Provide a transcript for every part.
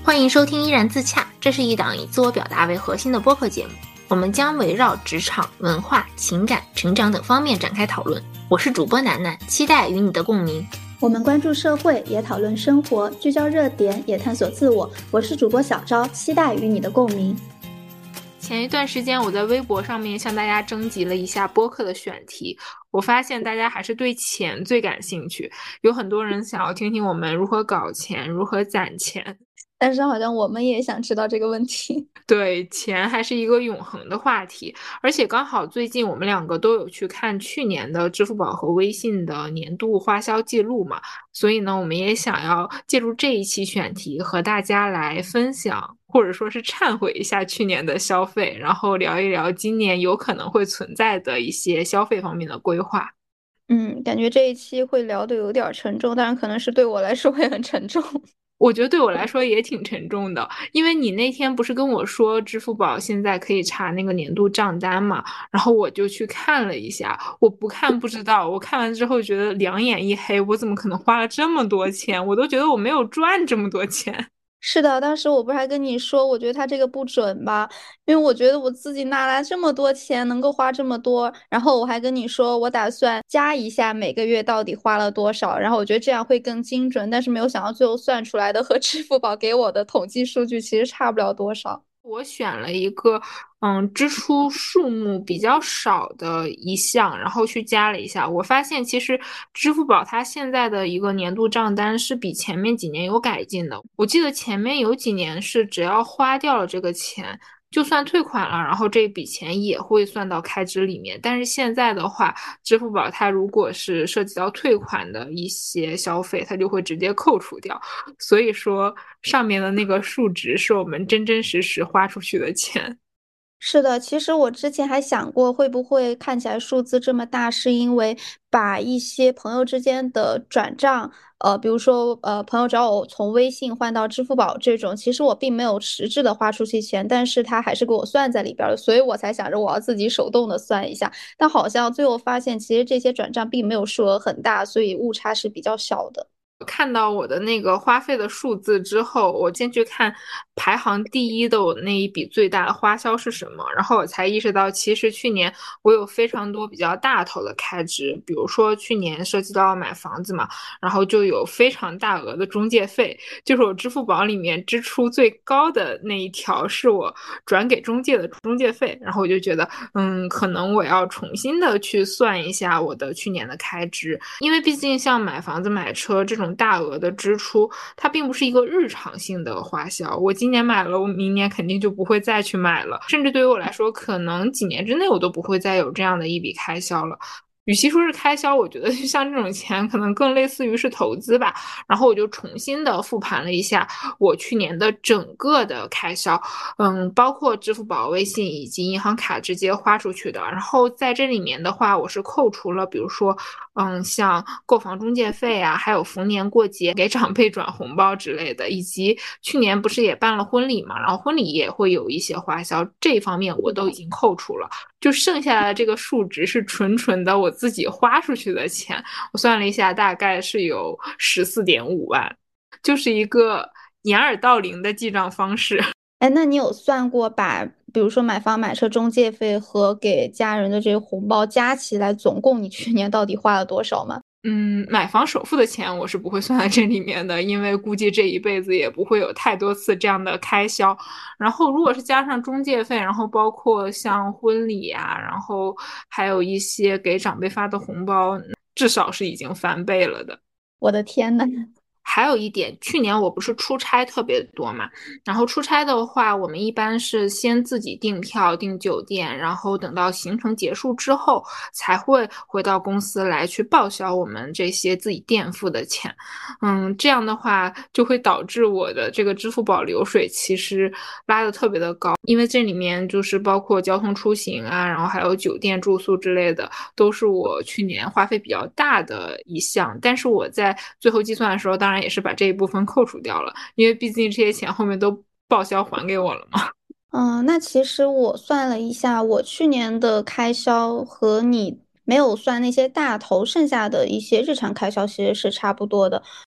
欢迎收听依然自洽，这是一档以自我表达为核心的播客节目，我们将围绕职场、文化、情感、成长等方面展开讨论。我是主播楠楠，期待与你的共鸣。 我们关注社会，也讨论生活，聚焦热点，也探索自我。我是主播小昭，期待与你的共鸣。 前一段时间我在微博上面向大家征集了一下播客的选题，我发现大家还是对钱最感兴趣，有很多人想要听听我们如何搞钱，如何攒钱。 但是好像我们也想知道这个问题。 对，钱还是一个永恒的话题，而且刚好最近我们两个都有去看去年的支付宝和微信的年度花销记录嘛，所以呢，我们也想要借助这一期选题和大家来分享，或者说是忏悔一下去年的消费，然后聊一聊今年有可能会存在的一些消费方面的规划。 感觉这一期会聊得有点沉重，当然可能是对我来说会很沉重。 我觉得对我来说也挺沉重的，因为你那天不是跟我说支付宝现在可以查那个年度账单嘛，然后我就去看了一下，我不看不知道，我看完之后觉得两眼一黑，我怎么可能花了这么多钱？我都觉得我没有赚这么多钱。 是的，当时我不是还跟你说，我觉得他这个不准吧，因为我觉得我自己拿来这么多钱，能够花这么多，然后我还跟你说，我打算加一下每个月到底花了多少，然后我觉得这样会更精准，但是没有想到最后算出来的和支付宝给我的统计数据其实差不了多少。 我选了一个支出数目比较少的一项，然后去加了一下，我发现其实支付宝它现在的一个年度账单是比前面几年有改进的。我记得前面有几年是只要花掉了这个钱，就算退款了，然后这笔钱也会算到开支里面。但是现在的话，支付宝它如果是涉及到退款的一些消费，它就会直接扣除掉。所以说上面的那个数值是我们真真实实花出去的钱。 是的，其实我之前还想过，会不会看起来数字这么大，是因为把一些朋友之间的转账，比如说朋友找我从微信换到支付宝这种，其实我并没有实质的花出去钱，但是他还是给我算在里边的，所以我才想着我要自己手动的算一下。但好像最后发现，其实这些转账并没有数额很大，所以误差是比较小的。 看到我的那个花费的数字之后，我先去看排行第一的我那一笔最大的花销是什么，然后我才意识到，其实去年我有非常多比较大头的开支，比如说去年涉及到买房子嘛，然后就有非常大额的中介费，就是我支付宝里面支出最高的那一条是我转给中介的中介费，然后我就觉得，可能我要重新的去算一下我的去年的开支，因为毕竟像买房子、买车这种大额的支出，它并不是一个日常性的花销。我今年买了，我明年肯定就不会再去买了，甚至对于我来说，可能几年之内我都不会再有这样的一笔开销了。与其说是开销，我觉得就像这种钱，可能更类似于是投资吧。然后我就重新的复盘了一下我去年的整个的开销，包括支付宝、微信以及银行卡直接花出去的。然后在这里面的话，我是扣除了，比如说，像购房中介费啊，还有逢年过节给长辈转红包之类的，以及去年不是也办了婚礼嘛，然后婚礼也会有一些花销，这方面我都已经扣除了。就剩下的这个数值是纯纯的我自己花出去的钱，我算了一下，大概是有14.5万，就是一个掩耳盗铃的记账方式。 哎，那你有算过把，比如说买房买车中介费和给家人的这些红包加起来，总共你去年到底花了多少吗？ 买房首付的钱我是不会算在这里面的，因为估计这一辈子也不会有太多次这样的开销。然后如果是加上中介费，然后包括像婚礼啊，然后还有一些给长辈发的红包，至少是已经翻倍了的。 我的天呐！ 还有一点，去年我不是出差特别多嘛，然后出差的话，我们一般是先自己订票、订酒店，然后等到行程结束之后，才会回到公司来去报销我们这些自己垫付的钱。这样的话就会导致我的这个支付宝流水其实拉的特别的高，因为这里面就是包括交通出行啊，然后还有酒店住宿之类的，都是我去年花费比较大的一项。但是我在最后计算的时候，当然也是把这一部分扣除掉了，因为毕竟这些钱后面都报销还给我了嘛。 那其实我算了一下，我去年的开销和你没有算那些大头，剩下的一些日常开销其实是差不多的。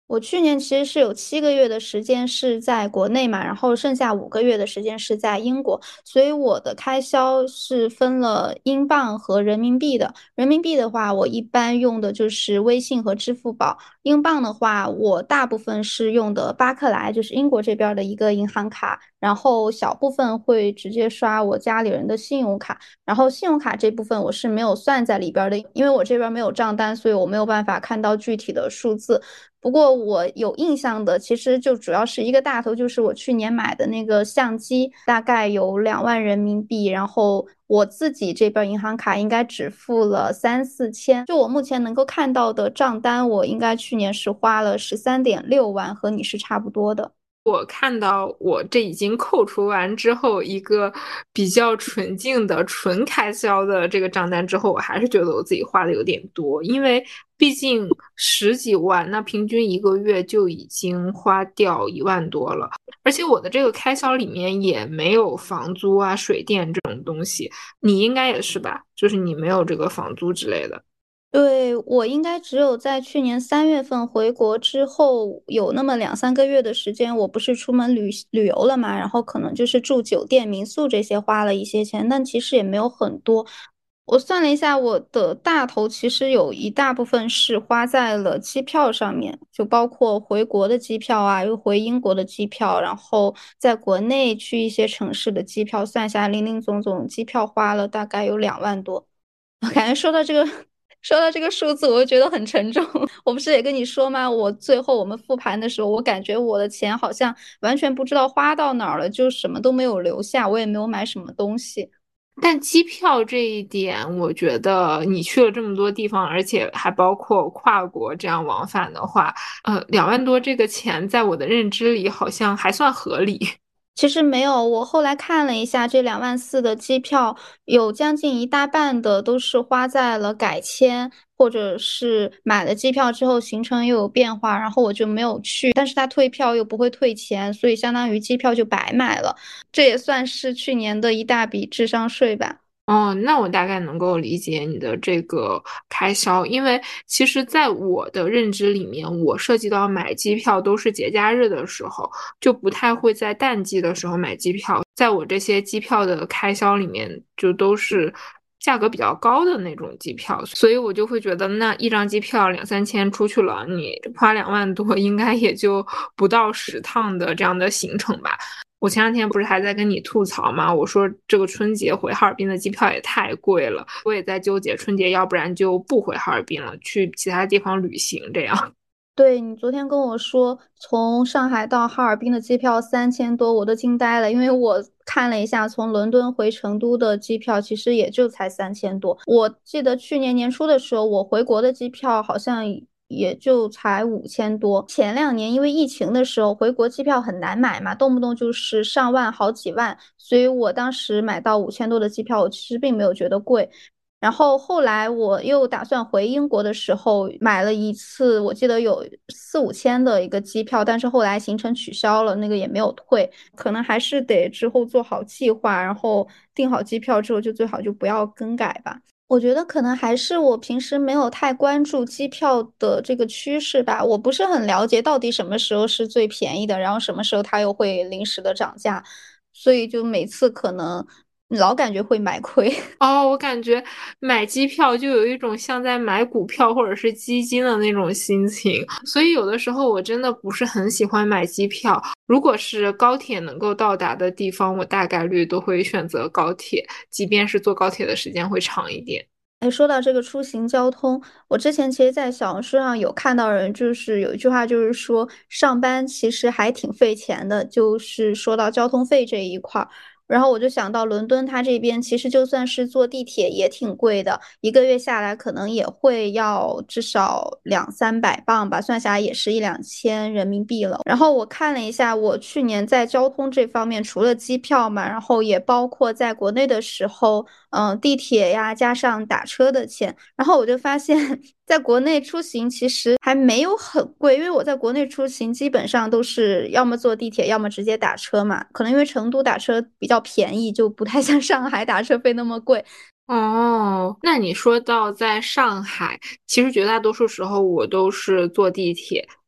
我去年其实是有7个月的时间是在国内嘛，然后剩下5个月的时间是在英国，所以我的开销是分了英镑和人民币的。人民币的话，我一般用的就是微信和支付宝；英镑的话，我大部分是用的巴克莱，就是英国这边的一个银行卡，然后小部分会直接刷我家里人的信用卡。然后信用卡这部分我是没有算在里边的，因为我这边没有账单，所以我没有办法看到具体的数字。不过我有印象的，其实就主要是一个大头，就是我去年买的那个相机，大概有2万人民币，然后我自己这边银行卡应该只付了3、4千。就我目前能够看到的账单，我应该去年是花了13.6万，和你是差不多的。 我看到我这已经扣除完之后一个比较纯净的纯开销的这个账单之后，我还是觉得我自己花的有点多，因为毕竟十几万，那平均一个月就已经花掉1万多了，而且我的这个开销里面也没有房租啊、水电这种东西，你应该也是吧？就是你没有这个房租之类的。 对，我应该只有在去年3月份回国之后，有那么2、3个月的时间，我不是出门旅游了嘛，然后可能就是住酒店、民宿这些花了一些钱，但其实也没有很多。我算了一下，我的大头其实有一大部分是花在了机票上面，就包括回国的机票啊，又回英国的机票，然后在国内去一些城市的机票，算下零零总总，机票花了大概有2万多。我感觉说到这个数字，我就觉得很沉重。我不是也跟你说吗？我最后我们复盘的时候，我感觉我的钱好像完全不知道花到哪儿了，就什么都没有留下，我也没有买什么东西。 但机票这一点，我觉得你去了这么多地方，而且还包括跨国这样往返的话，2万多这个钱在我的认知里好像还算合理。 其实没有，我后来看了一下，这2万4的机票，有将近一大半的都是花在了改签，或者是买了机票之后行程又有变化，然后我就没有去。但是他退票又不会退钱，所以相当于机票就白买了。这也算是去年的一大笔智商税吧。 哦，那我大概能够理解你的这个开销，因为其实在我的认知里面，我涉及到买机票都是节假日的时候，就不太会在淡季的时候买机票。在我这些机票的开销里面，就都是价格比较高的那种机票，所以我就会觉得，那一张机票2、3千出去了，你花2万多，应该也就不到10趟的这样的行程吧。我前两天不是还在跟你吐槽吗？我说这个春节回哈尔滨的机票也太贵了，我也在纠结春节要不然就不回哈尔滨了，去其他地方旅行这样。 对，你昨天跟我说从上海到哈尔滨的机票3000多，我都惊呆了，因为我看了一下，从伦敦回成都的机票其实也就才3000多。我记得去年年初的时候，我回国的机票好像也就才5000多。前2年因为疫情的时候，回国机票很难买嘛，动不动就是上万、好几万，所以我当时买到5000多的机票，我其实并没有觉得贵。然后后来我又打算回英国的时候，买了一次，我记得有4、5千的一个机票，但是后来行程取消了，那个也没有退，可能还是得之后做好计划，然后订好机票之后就最好就不要更改吧。我觉得可能还是我平时没有太关注机票的这个趋势吧，我不是很了解到底什么时候是最便宜的，然后什么时候它又会临时的涨价，所以就每次可能老感觉会买亏。 哦，我感觉买机票就有一种像在买股票或者是基金的那种心情，所以有的时候我真的不是很喜欢买机票。如果是高铁能够到达的地方，我大概率都会选择高铁，即便是坐高铁的时间会长一点。 哎，说到这个出行交通，我之前其实，在小红书上有看到人，就是有一句话，就是说上班其实还挺费钱的，就是说到交通费这一块儿。然后我就想到伦敦，它这边其实就算是坐地铁也挺贵的，一个月下来可能也会要至少200、300镑吧，算下来也是1、2千人民币了。然后我看了一下，我去年在交通这方面，除了机票嘛，然后也包括在国内的时候。地铁呀，加上打车的钱，然后我就发现，在国内出行其实还没有很贵，因为我在国内出行基本上都是要么坐地铁，要么直接打车嘛。可能因为成都打车比较便宜，就不太像上海打车费那么贵。 哦，那你说到在上海，其实绝大多数时候我都是坐地铁，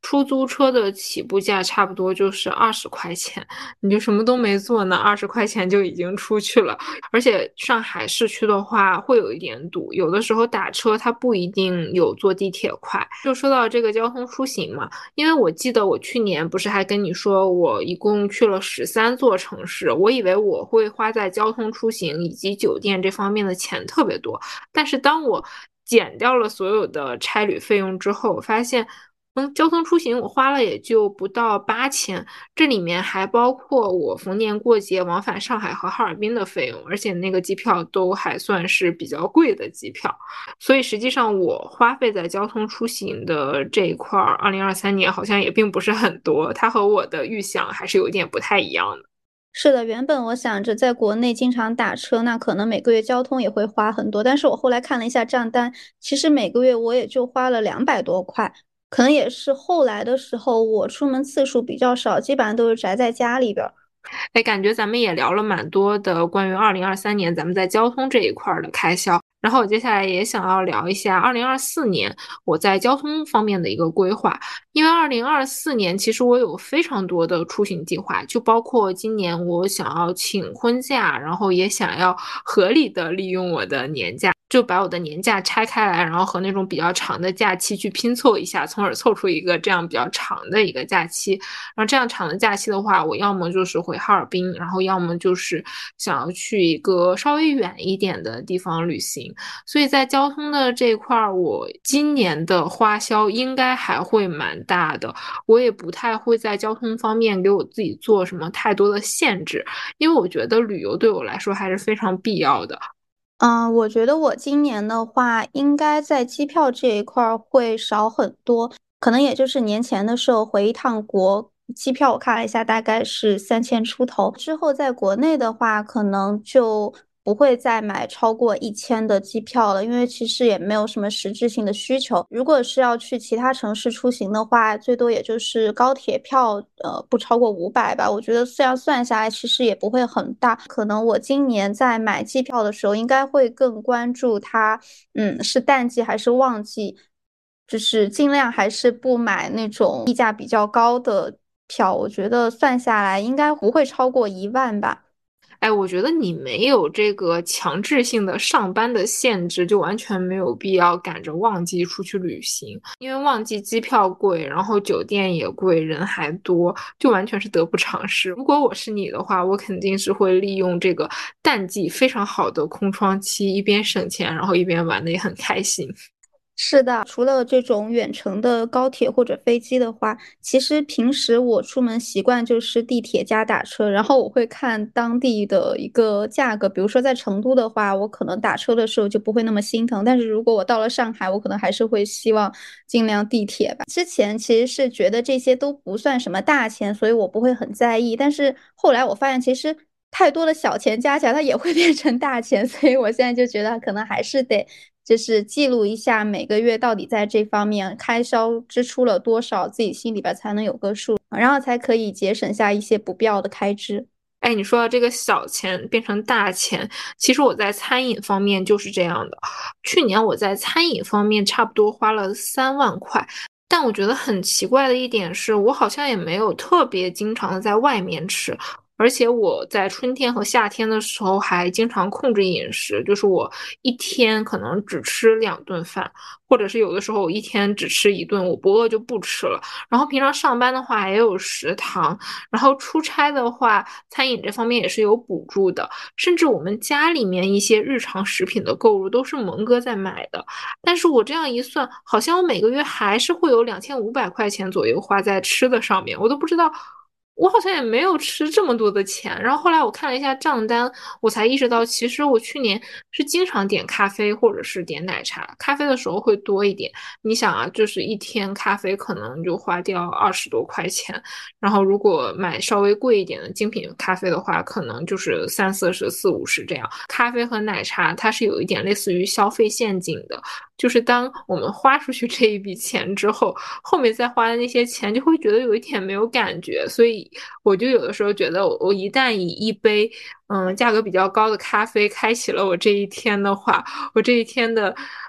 出租车的起步价差不多就是20块钱，你就什么都没做呢，20块钱就已经出去了。而且上海市区的话会有一点堵，有的时候打车它不一定有坐地铁快。就说到这个交通出行嘛，因为我记得我去年不是还跟你说，我一共去了13座城市，我以为我会花在交通出行以及酒店这方面的钱特别多，但是当我减掉了所有的差旅费用之后，我发现交通出行我花了也就不到8000，这里面还包括我逢年过节往返上海和哈尔滨的费用，而且那个机票都还算是比较贵的机票，所以实际上我花费在交通出行的这一块儿，2023年好像也并不是很多，它和我的预想还是有点不太一样的。 是的，原本我想着在国内经常打车，那可能每个月交通也会花很多，但是我后来看了一下账单，其实每个月我也就花了200多块，可能也是后来的时候我出门次数比较少，基本上都是宅在家里边儿。 哎，感觉咱们也聊了蛮多的关于2023年咱们在交通这一块儿的开销，然后我接下来也想要聊一下2024年我在交通方面的一个规划，因为2024年其实我有非常多的出行计划，就包括今年我想要请婚假，然后也想要合理的利用我的年假。就把我的年假拆开来，然后和那种比较长的假期去拼凑一下，从而凑出一个这样比较长的一个假期。然后这样长的假期的话，我要么就是回哈尔滨，然后要么就是想要去一个稍微远一点的地方旅行。所以在交通的这一块儿，我今年的花销应该还会蛮大的。我也不太会在交通方面给我自己做什么太多的限制，因为我觉得旅游对我来说还是非常必要的。 我觉得我今年的话，应该在机票这一块儿会少很多，可能也就是年前的时候回一趟国，机票我看了一下，大概是3000出头。之后在国内的话，可能就不会再买超过1000的机票了，因为其实也没有什么实质性的需求。如果是要去其他城市出行的话，最多也就是高铁票，不超过500吧。我觉得这样算下来，其实也不会很大。可能我今年在买机票的时候，应该会更关注它，是淡季还是旺季，就是尽量还是不买那种溢价比较高的票。我觉得算下来应该不会超过1万吧。 哎，我觉得你没有这个强制性的上班的限制，就完全没有必要赶着旺季出去旅行，因为旺季机票贵，然后酒店也贵，人还多，就完全是得不偿失。如果我是你的话，我肯定是会利用这个淡季非常好的空窗期，一边省钱，然后一边玩的也很开心。 是的，除了这种远程的高铁或者飞机的话，其实平时我出门习惯就是地铁加打车，然后我会看当地的一个价格。比如说在成都的话，我可能打车的时候就不会那么心疼，但是如果我到了上海，我可能还是会希望尽量地铁吧。之前其实是觉得这些都不算什么大钱，所以我不会很在意，但是后来我发现其实太多的小钱加起来，它也会变成大钱，所以我现在就觉得可能还是得就是记录一下每个月到底在这方面开销支出了多少，自己心里边才能有个数，然后才可以节省下一些不必要的开支。 哎，你说到这个小钱变成大钱，其实我在餐饮方面就是这样的。去年我在餐饮方面差不多花了3万块，但我觉得很奇怪的一点是，我好像也没有特别经常的在外面吃，而且我在春天和夏天的时候还经常控制饮食，就是我一天可能只吃2顿饭，或者是有的时候我一天只吃1顿，我不饿就不吃了。然后平常上班的话也有食堂，然后出差的话，餐饮这方面也是有补助的，甚至我们家里面一些日常食品的购入都是蒙哥在买的。但是我这样一算，好像我每个月还是会有2500块钱左右花在吃的上面，我都不知道。我好像也没有吃这么多的钱，然后后来我看了一下账单，我才意识到，其实我去年是经常点咖啡或者是点奶茶，咖啡的时候会多一点。你想啊，就是一天咖啡可能就花掉20多块钱，然后如果买稍微贵一点的精品咖啡的话，可能就是30、40、40、50这样。咖啡和奶茶它是有一点类似于消费陷阱的，就是当我们花出去这一笔钱之后，后面再花的那些钱就会觉得有一点没有感觉，所以我就有的时候觉得我一旦以一杯价格比较高的咖啡开启了我这一天的话，我这一天的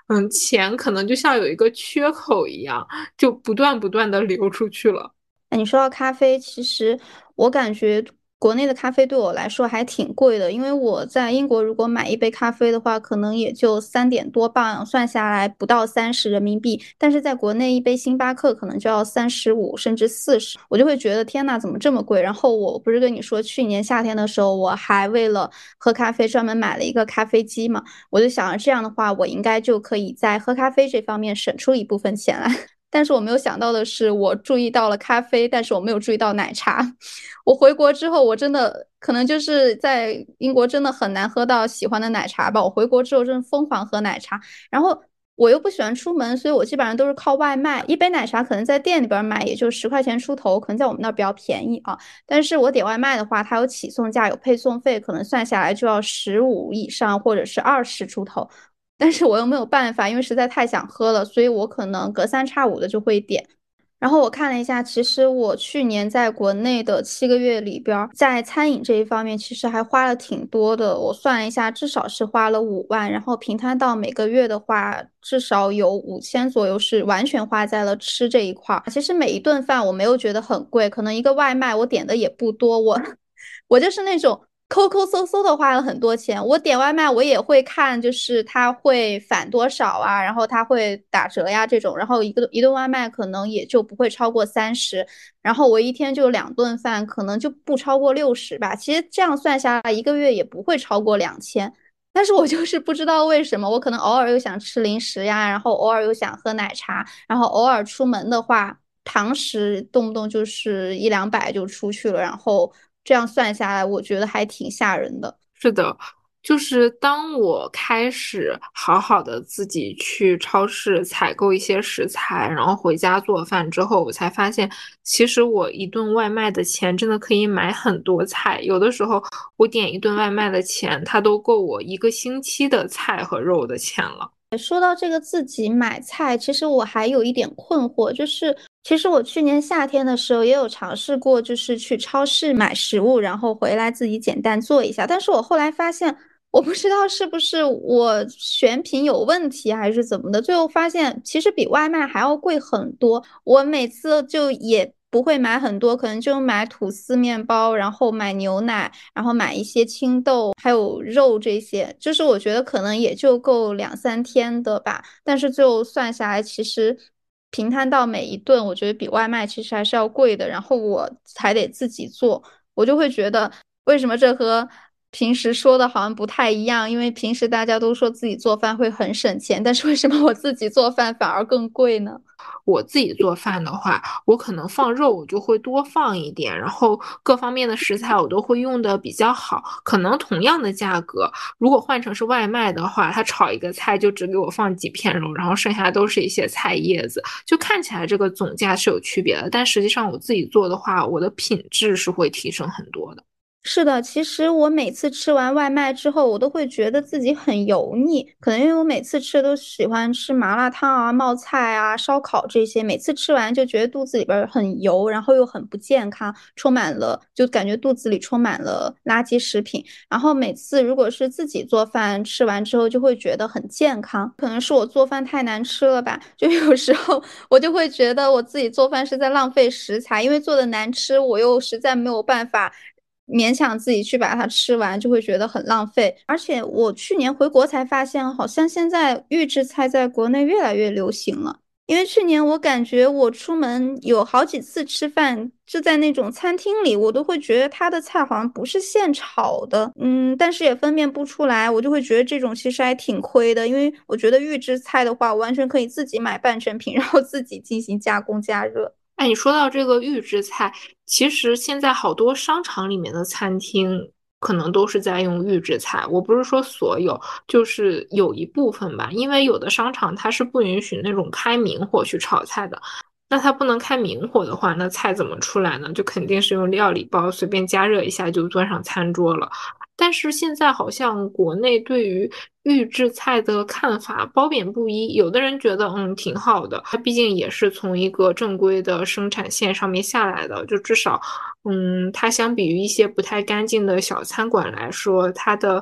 钱可能就像有一个缺口一样，就不断的流出去了。 哎，你说到咖啡，其实我感觉国内的咖啡对我来说还挺贵的，因为我在英国如果买一杯咖啡的话，可能也就3点多镑，算下来不到30人民币。但是在国内一杯星巴克可能就要35甚至40，我就会觉得天呐，怎么这么贵？然后我不是跟你说，去年夏天的时候，我还为了喝咖啡专门买了一个咖啡机嘛，我就想着这样的话，我应该就可以在喝咖啡这方面省出一部分钱来。但是我没有想到的是，我注意到了咖啡，但是我没有注意到奶茶。我回国之后，我真的可能就是在英国真的很难喝到喜欢的奶茶吧。我回国之后真的疯狂喝奶茶，然后我又不喜欢出门，所以我基本上都是靠外卖。一杯奶茶可能在店里边买也就10块钱出头，可能在我们那儿比较便宜啊。但是我点外卖的话，它有起送价，有配送费，可能算下来就要15以上，或者是20出头。但是我又没有办法，因为实在太想喝了，所以我可能隔三差五的就会点。然后我看了一下，其实我去年在国内的7个月里边，在餐饮这一方面其实还花了挺多的。我算了一下，至少是花了5万，然后平摊到每个月的话，至少有5000左右是完全花在了吃这一块儿。其实每一顿饭我没有觉得很贵，可能一个外卖我点的也不多，我就是那种抠抠搜搜的花了很多钱。我点外卖我也会看，就是它会返多少啊，然后它会打折呀这种，然后一顿外卖可能也就不会超过30，然后我一天就2顿饭，可能就不超过60吧。其实这样算下来，一个月也不会超过2000。但是我就是不知道为什么，我可能偶尔又想吃零食呀，然后偶尔又想喝奶茶，然后偶尔出门的话，堂食动不动就是100-200就出去了，然后这样算下来，我觉得还挺吓人的。 是的，就是当我开始好好的自己去超市采购一些食材，然后回家做饭之后，我才发现，其实我一顿外卖的钱真的可以买很多菜。有的时候我点一顿外卖的钱，它都够我一个星期的菜和肉的钱了。 说到这个自己买菜，其实我还有一点困惑，就是其实我去年夏天的时候也有尝试过，就是去超市买食物，然后回来自己简单做一下。但是我后来发现，我不知道是不是我选品有问题还是怎么的，最后发现其实比外卖还要贵很多。我每次就也不会买很多，可能就买吐司面包，然后买牛奶，然后买一些青豆，还有肉这些，就是我觉得可能也就够2-3天的吧。但是最后算下来，其实平摊到每一顿，我觉得比外卖其实还是要贵的。然后我还得自己做，我就会觉得为什么这和平时说的好像不太一样？因为平时大家都说自己做饭会很省钱，但是为什么我自己做饭反而更贵呢？ 我自己做饭的话，我可能放肉我就会多放一点，然后各方面的食材我都会用的比较好。可能同样的价格，如果换成是外卖的话，他炒一个菜就只给我放几片肉，然后剩下都是一些菜叶子，就看起来这个总价是有区别的。但实际上我自己做的话，我的品质是会提升很多的。 是的，其实我每次吃完外卖之后，我都会觉得自己很油腻，可能因为我每次吃都喜欢吃麻辣烫啊、冒菜啊、烧烤这些，每次吃完就觉得肚子里边儿很油，然后又很不健康，充满了，就感觉肚子里充满了垃圾食品。然后每次如果是自己做饭，吃完之后就会觉得很健康，可能是我做饭太难吃了吧，就有时候我就会觉得我自己做饭是在浪费食材，因为做的难吃，我又实在没有办法勉强自己去把它吃完，就会觉得很浪费。而且我去年回国才发现，好像现在预制菜在国内越来越流行了。因为去年我感觉我出门有好几次吃饭，就在那种餐厅里，我都会觉得它的菜好像不是现炒的，但是也分辨不出来，我就会觉得这种其实还挺亏的。因为我觉得预制菜的话，我完全可以自己买半成品，然后自己进行加工加热。 哎，你说到这个预制菜，其实现在好多商场里面的餐厅可能都是在用预制菜。我不是说所有，就是有一部分吧，因为有的商场它是不允许那种开明火去炒菜的。那它不能开明火的话，那菜怎么出来呢？就肯定是用料理包随便加热一下就端上餐桌了。但是现在好像国内对于预制菜的看法褒贬不一，有的人觉得挺好的，它毕竟也是从一个正规的生产线上面下来的，就至少它相比于一些不太干净的小餐馆来说，它的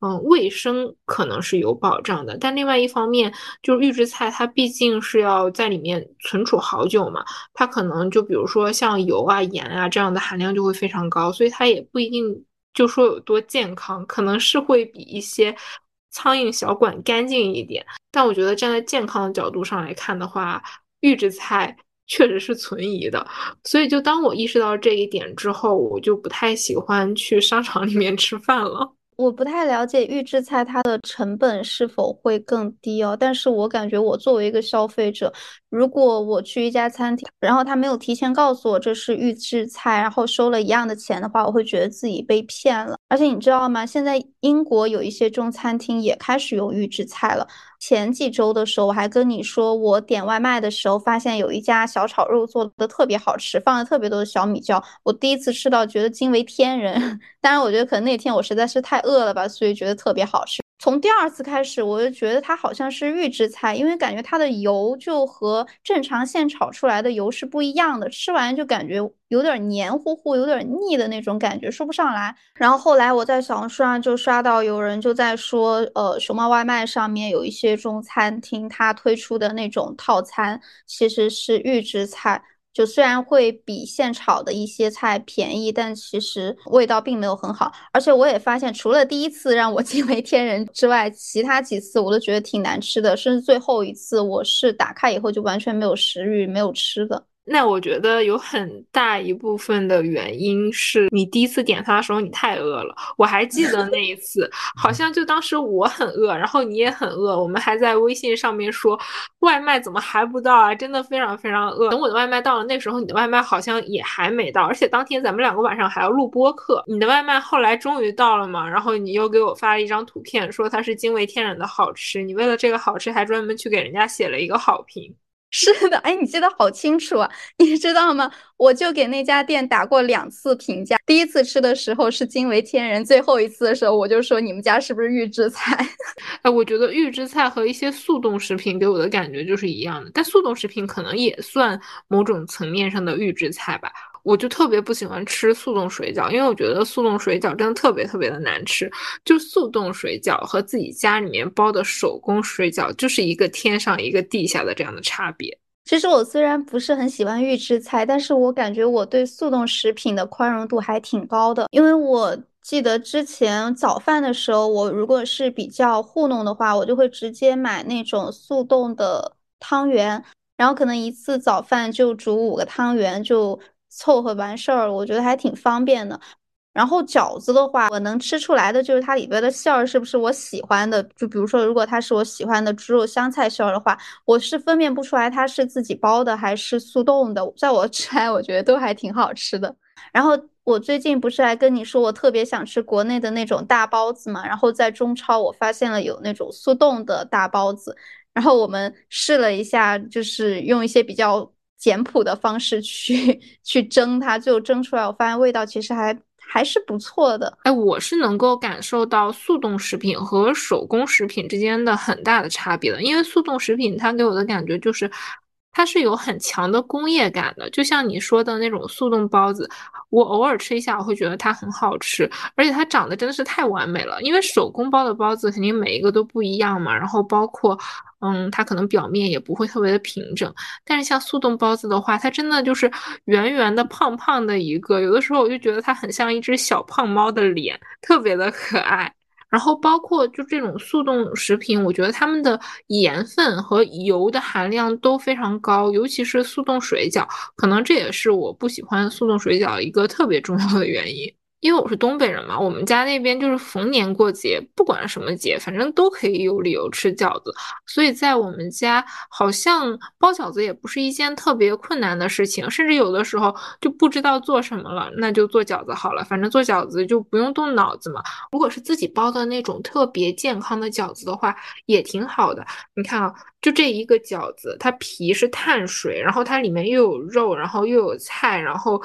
卫生可能是有保障的，但另外一方面就是预制菜它毕竟是要在里面存储好久嘛，它可能就比如说像油啊、盐啊这样的含量就会非常高，所以它也不一定就说有多健康，可能是会比一些苍蝇小馆干净一点。但我觉得站在健康的角度上来看的话，预制菜确实是存疑的。所以就当我意识到这一点之后，我就不太喜欢去商场里面吃饭了。 我不太了解预制菜它的成本是否会更低哦，但是我感觉我作为一个消费者，如果我去一家餐厅，然后他没有提前告诉我这是预制菜，然后收了一样的钱的话，我会觉得自己被骗了。而且你知道吗？现在英国有一些中餐厅也开始有预制菜了。前几周的时候，我还跟你说，我点外卖的时候发现有一家小炒肉做的特别好吃，放了特别多的小米椒，我第一次吃到，觉得惊为天人。当然，我觉得可能那天我实在是太饿了吧，所以觉得特别好吃。从第二次开始，我就觉得它好像是预制菜，因为感觉它的油就和正常现炒出来的油是不一样的，吃完就感觉有点黏糊糊、有点腻的那种感觉，说不上来。然后后来我在小红书上就刷到有人就在说，熊猫外卖上面有一些中餐厅，它推出的那种套餐其实是预制菜。就虽然会比现炒的一些菜便宜，但其实味道并没有很好。而且我也发现，除了第一次让我惊为天人之外，其他几次我都觉得挺难吃的，甚至最后一次我是打开以后就完全没有食欲，没有吃的。 那我觉得有很大一部分的原因是你第一次点它的时候你太饿了。我还记得那一次，好像就当时我很饿，然后你也很饿，我们还在微信上面说外卖怎么还不到啊？真的非常非常饿。等我的外卖到了，那时候你的外卖好像也还没到，而且当天咱们两个晚上还要录播课。你的外卖后来终于到了嘛，然后你又给我发了一张图片，说它是惊为天人的好吃。你为了这个好吃还专门去给人家写了一个好评。 是的，哎，你记得好清楚啊！你知道吗？我就给那家店打过2次评价。第一次吃的时候是惊为天人，最后一次的时候我就说你们家是不是预制菜？ 哎，我觉得预制菜和一些速冻食品给我的感觉就是一样的，但速冻食品可能也算某种层面上的预制菜吧。我就特别不喜欢吃速冻水饺，因为我觉得速冻水饺真的特别特别的难吃。就速冻水饺和自己家里面包的手工水饺，就是一个天上一个地下的这样的差别。 其实我虽然不是很喜欢预制菜，但是我感觉我对速冻食品的宽容度还挺高的。因为我记得之前早饭的时候，我如果是比较糊弄的话，我就会直接买那种速冻的汤圆，然后可能一次早饭就煮5个汤圆，就凑合完事儿了，我觉得还挺方便的。然后饺子的话，我能吃出来的就是它里边的馅儿是不是我喜欢的。就比如说，如果它是我喜欢的猪肉香菜馅儿的话，我是分辨不出来它是自己包的还是速冻的。在我吃来，我觉得都还挺好吃的。然后我最近不是还跟你说，我特别想吃国内的那种大包子嘛，然后在中超我发现了有那种速冻的大包子，然后我们试了一下，就是用一些比较简朴的方式去蒸它，最后蒸出来，我发现味道其实还是不错的。 哎，我是能够感受到速冻食品和手工食品之间的很大的差别的，因为速冻食品它给我的感觉就是，它是有很强的工业感的，就像你说的那种速冻包子，我偶尔吃一下，我会觉得它很好吃，而且它长得真的是太完美了，因为手工包的包子肯定每一个都不一样嘛，然后包括，它可能表面也不会特别的平整，但是像速冻包子的话，它真的就是圆圆的、胖胖的一个，有的时候我就觉得它很像一只小胖猫的脸，特别的可爱。然后包括就这种速冻食品，我觉得它们的盐分和油的含量都非常高，尤其是速冻水饺，可能这也是我不喜欢速冻水饺一个特别重要的原因。因为我是东北人嘛，我们家那边就是逢年过节，不管什么节，反正都可以有理由吃饺子。所以在我们家，好像包饺子也不是一件特别困难的事情，甚至有的时候就不知道做什么了，那就做饺子好了，反正做饺子就不用动脑子嘛。如果是自己包的那种特别健康的饺子的话，也挺好的。你看啊，就这一个饺子，它皮是碳水，然后它里面又有肉，然后又有菜，然后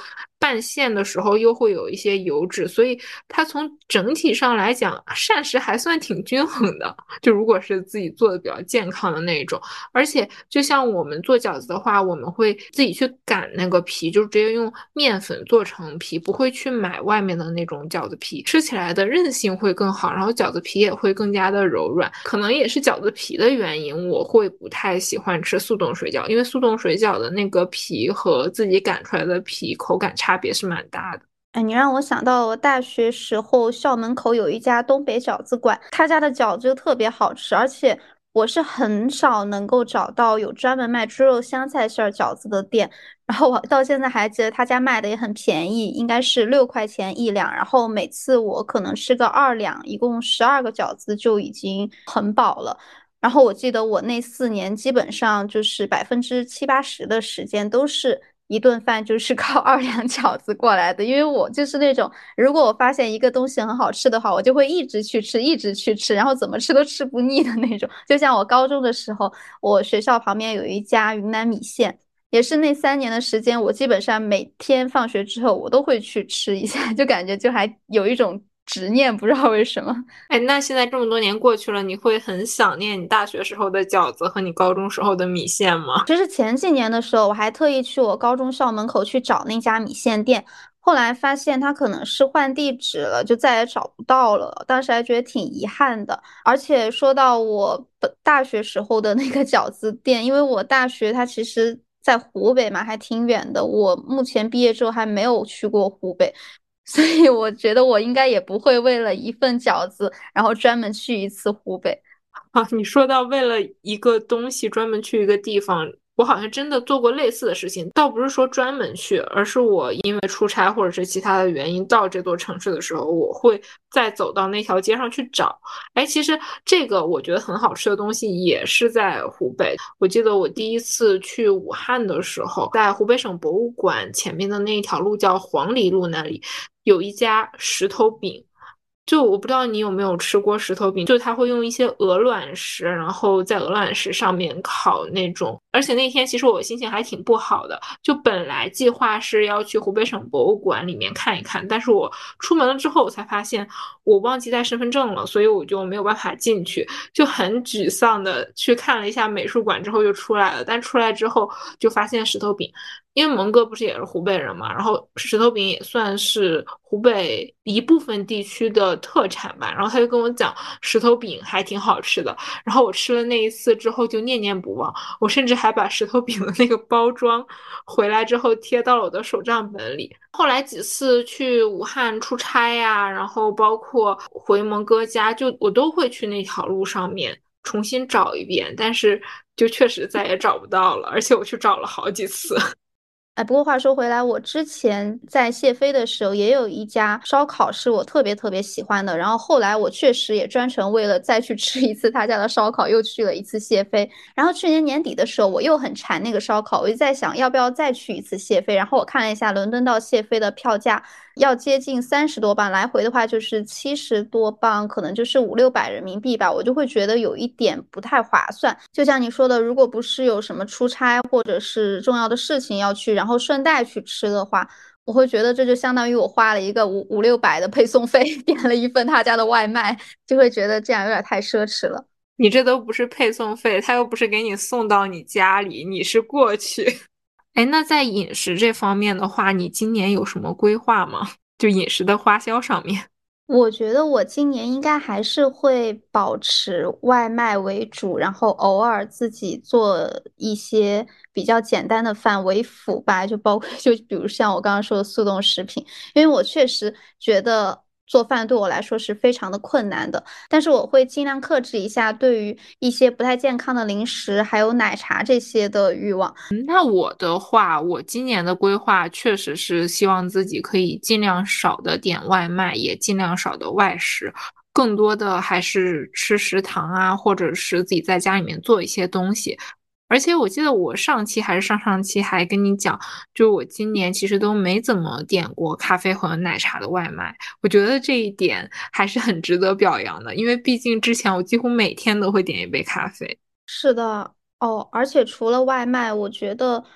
拌馅的时候又会有一些油脂，所以它从整体上来讲，膳食还算挺均衡的。就如果是自己做的比较健康的那一种，而且就像我们做饺子的话，我们会自己去擀那个皮，就直接用面粉做成皮，不会去买外面的那种饺子皮，吃起来的韧性会更好，然后饺子皮也会更加的柔软。可能也是饺子皮的原因，我会不太喜欢吃速冻水饺，因为速冻水饺的那个皮和自己擀出来的皮口感差别是蛮大的。 哎，你让我想到了大学时候校门口有一家东北饺子馆，他家的饺子就特别好吃，而且我是很少能够找到有专门卖猪肉香菜馅儿饺子的店。然后我到现在还记得他家卖的也很便宜，应该是6块钱1两，然后每次我可能吃个2两，一共12个饺子就已经很饱了。然后我记得我那4年基本上就是70%-80%的时间都是一顿饭就是靠2两饺子过来的，因为我就是那种，如果我发现一个东西很好吃的话，我就会一直去吃，一直去吃，然后怎么吃都吃不腻的那种。就像我高中的时候，我学校旁边有一家云南米线，也是那3年的时间，我基本上每天放学之后我都会去吃一下，就感觉就还有一种执念，不知道为什么。 哎，那现在这么多年过去了，你会很想念你大学时候的饺子和你高中时候的米线吗？ 其实前几年的时候，我还特意去我高中校门口去找那家米线店，后来发现他可能是换地址了，就再也找不到了。当时还觉得挺遗憾的。而且说到我大学时候的那个饺子店，因为我大学它其实在湖北嘛，还挺远的。我目前毕业之后还没有去过湖北，所以我觉得我应该也不会为了一份饺子，然后专门去一次湖北。 啊，你说到为了一个东西专门去一个地方，我好像真的做过类似的事情，倒不是说专门去，而是我因为出差或者是其他的原因到这座城市的时候，我会再走到那条街上去找。哎，其实这个我觉得很好吃的东西也是在湖北。我记得我第一次去武汉的时候，在湖北省博物馆前面的那一条路叫黄鹂路那里，有一家石头饼。就我不知道你有没有吃过石头饼，就它会用一些鹅卵石，然后在鹅卵石上面烤那种。而且那天其实我心情还挺不好的，就本来计划是要去湖北省博物馆里面看一看，但是我出门了之后我才发现我忘记带身份证了，所以我就没有办法进去，就很沮丧的去看了一下美术馆之后就出来了，但出来之后就发现石头饼。因为蒙哥不是也是湖北人嘛，然后石头饼也算是湖北一部分地区的特产吧。然后他就跟我讲石头饼还挺好吃的，然后我吃了那一次之后就念念不忘，我甚至还把石头饼的那个包装回来之后贴到了我的手账本里。后来几次去武汉出差呀，然后包括回蒙哥家，就我都会去那条路上面重新找一遍，但是就确实再也找不到了，而且我去找了好几次。 哎，不过话说回来，我之前在谢飞的时候，也有一家烧烤是我特别特别喜欢的。然后后来我确实也专程为了再去吃一次他家的烧烤，又去了一次谢飞。然后去年年底的时候，我又很馋那个烧烤，我就在想要不要再去一次谢飞。然后我看了一下伦敦到谢飞的票价，要接近30多磅，来回的话就是70多磅，可能就是500-600人民币吧。我就会觉得有一点不太划算。就像你说的，如果不是有什么出差或者是重要的事情要去，然后顺带去吃的话，我会觉得这就相当于我花了一个500-600的配送费，点了一份他家的外卖，就会觉得这样有点太奢侈了。 你这都不是配送费，他又不是给你送到你家里，你是过去。哎，那在饮食这方面的话，你今年有什么规划吗？就饮食的花销上面。 我觉得我今年应该还是会保持外卖为主，然后偶尔自己做一些比较简单的饭为辅吧，就包括就比如像我刚刚说的速冻食品，因为我确实觉得做饭对我来说是非常的困难的，但是我会尽量克制一下对于一些不太健康的零食还有奶茶这些的欲望。 那我的话，我今年的规划确实是希望自己可以尽量少的点外卖，也尽量少的外食，更多的还是吃食堂啊，或者是自己在家里面做一些东西。而且我记得我上期还是上上期还跟你讲，就我今年其实都没怎么点过咖啡和奶茶的外卖，我觉得这一点还是很值得表扬的，因为毕竟之前我几乎每天都会点一杯咖啡。 是的，哦，而且除了外卖，我觉得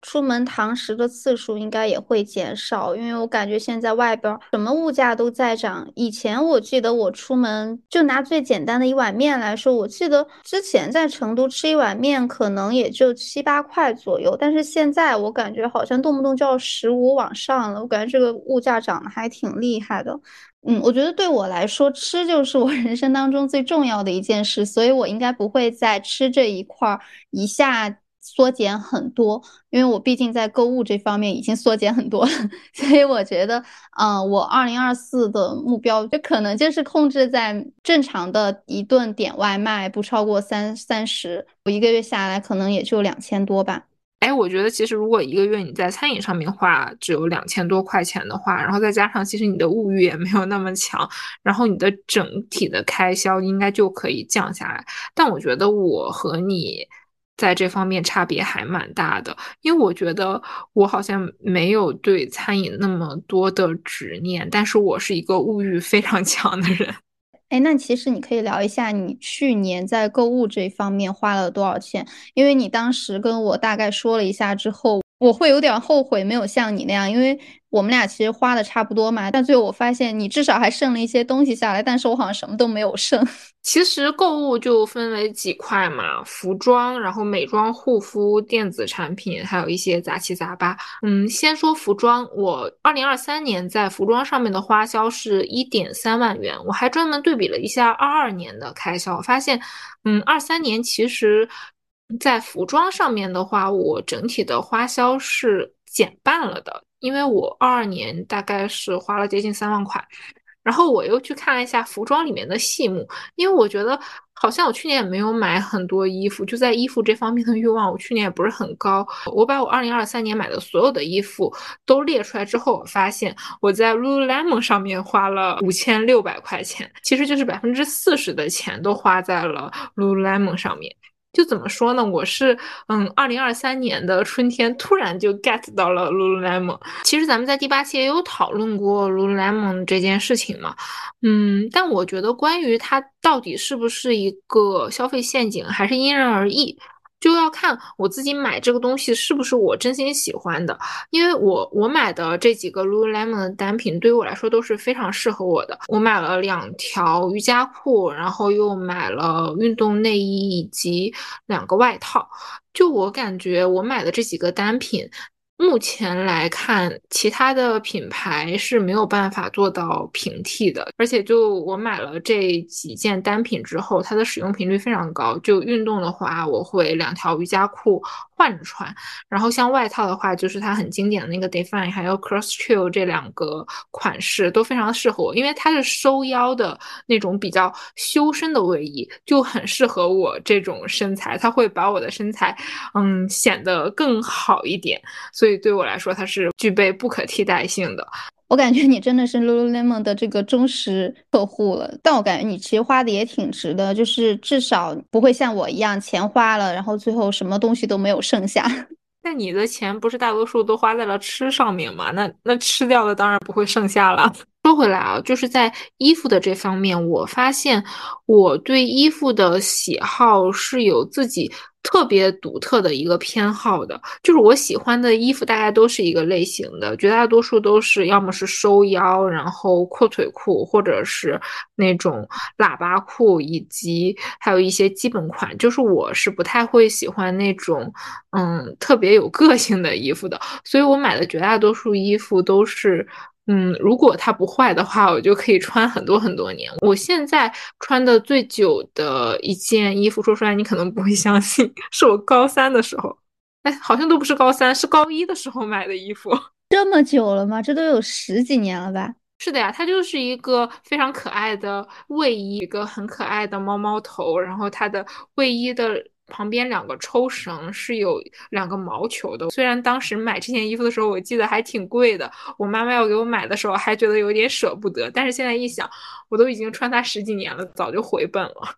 出门堂食的次数应该也会减少，因为我感觉现在外边儿什么物价都在涨。以前我记得我出门就拿最简单的一碗面来说，我记得之前在成都吃一碗面可能也就7、8块左右，但是现在我感觉好像动不动就要15往上了，我感觉这个物价涨得还挺厉害的。我觉得对我来说，吃就是我人生当中最重要的一件事，所以我应该不会在吃这一块儿一下缩减很多，因为我毕竟在购物这方面已经缩减很多了，所以我觉得，我2024的目标就可能就是控制在正常的一顿点外卖不超过30，我一个月下来可能也就2000多吧。 哎，我觉得其实如果一个月你在餐饮上面花只有2000多块钱的话，然后再加上其实你的物欲也没有那么强，然后你的整体的开销应该就可以降下来。但我觉得我和你在这方面差别还蛮大的，因为我觉得我好像没有对餐饮那么多的执念，但是我是一个物欲非常强的人。 哎，那其实你可以聊一下你去年在购物这方面花了多少钱？因为你当时跟我大概说了一下之后，我会有点儿后悔没有像你那样，因为我们俩其实花的差不多嘛，但最后我发现你至少还剩了一些东西下来，但是我好像什么都没有剩。 其实购物就分为几块嘛，服装，然后美妆、护肤、电子产品，还有一些杂七杂八。先说服装，我2023年在服装上面的花销是1.3万元，我还专门对比了一下22年的开销，发现，23年其实在服装上面的话，我整体的花销是减半了的，因为我22年大概是花了接近3万块。然后我又去看了一下服装里面的细目，因为我觉得好像我去年也没有买很多衣服，就在衣服这方面的欲望，我去年也不是很高。我把我2023年买的所有的衣服都列出来之后，我发现我在 Lululemon 上面花了5600块钱，其实就是40%的钱都花在了 Lululemon 上面。就怎么说呢？我是2023年的春天突然就 get 到了 Lululemon。其实咱们在第8期也有讨论过 Lululemon 这件事情嘛，但我觉得关于它到底是不是一个消费陷阱，还是因人而异，就要看我自己买这个东西是不是我真心喜欢的。因为我买的这几个 Lululemon 的单品对于我来说都是非常适合我的。我买了2条瑜伽裤，然后又买了运动内衣以及2个外套。就我感觉，我买的这几个单品，目前来看，其他的品牌是没有办法做到平替的。而且，就我买了这几件单品之后，它的使用频率非常高。就运动的话，我会2条瑜伽裤换着穿，然后像外套的话，就是它很经典的那个 Define 还有 Cross Chill 这2个款式都非常适合我，因为它是收腰的那种比较修身的卫衣，就很适合我这种身材，它会把我的身材显得更好一点。所以对我来说，它是具备不可替代性的。 我感觉你真的是 Lululemon 的这个忠实客户了，但我感觉你其实花的也挺值的，就是至少不会像我一样钱花了，然后最后什么东西都没有剩下。 那你的钱不是大多数都花在了吃上面吗？那吃掉的当然不会剩下了。说回来啊，就是在衣服的这方面，我发现我对衣服的喜好是有自己特别独特的一个偏好的，就是我喜欢的衣服大概都是一个类型的，绝大多数都是要么是收腰，然后阔腿裤，或者是那种喇叭裤，以及还有一些基本款。就是我是不太会喜欢那种特别有个性的衣服的，所以我买的绝大多数衣服都是。如果它不坏的话，我就可以穿很多很多年。我现在穿的最久的一件衣服，说出来你可能不会相信，是我高三的时候，哎，好像都不是高三，是高一的时候买的衣服。 这么久了吗？这都有十几年了吧？ 是的呀，它就是一个非常可爱的卫衣，一个很可爱的猫猫头，然后它的卫衣的旁边2个抽绳是有2个毛球的。虽然当时买这件衣服的时候，我记得还挺贵的，我妈妈要给我买的时候还觉得有点舍不得，但是现在一想，我都已经穿它十几年了，早就回本了。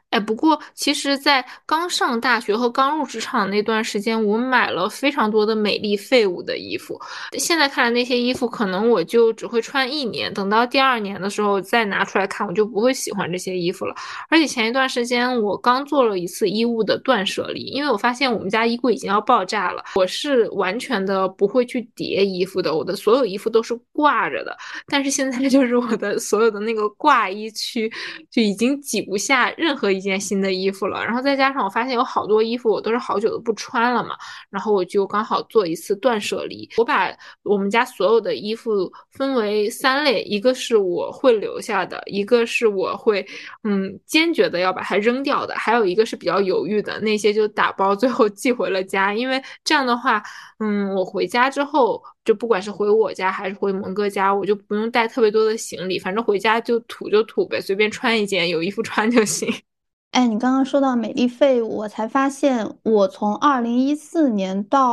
哎，不过其实，在刚上大学和刚入职场那段时间，我买了非常多的美丽废物的衣服。现在看来，那些衣服可能我就只会穿一年，等到第二年的时候再拿出来看，我就不会喜欢这些衣服了。而且前一段时间我刚做了一次衣物的断舍离，因为我发现我们家衣柜已经要爆炸了。我是完全的不会去叠衣服的，我的所有衣服都是挂着的。但是现在就是我的所有的那个挂衣区就已经挤不下任何一件新的衣服了，然后再加上我发现有好多衣服我都是好久都不穿了嘛，然后我就刚好做一次断舍离，我把我们家所有的衣服分为三类，一个是我会留下的，一个是我会坚决的要把它扔掉的，还有一个是比较犹豫的，那些就打包最后寄回了家，因为这样的话，我回家之后就不管是回我家还是回蒙哥家，我就不用带特别多的行李，反正回家就土呗，随便穿一件，有衣服穿就行。 哎，你刚刚说到美丽废物，我才发现我从2014年到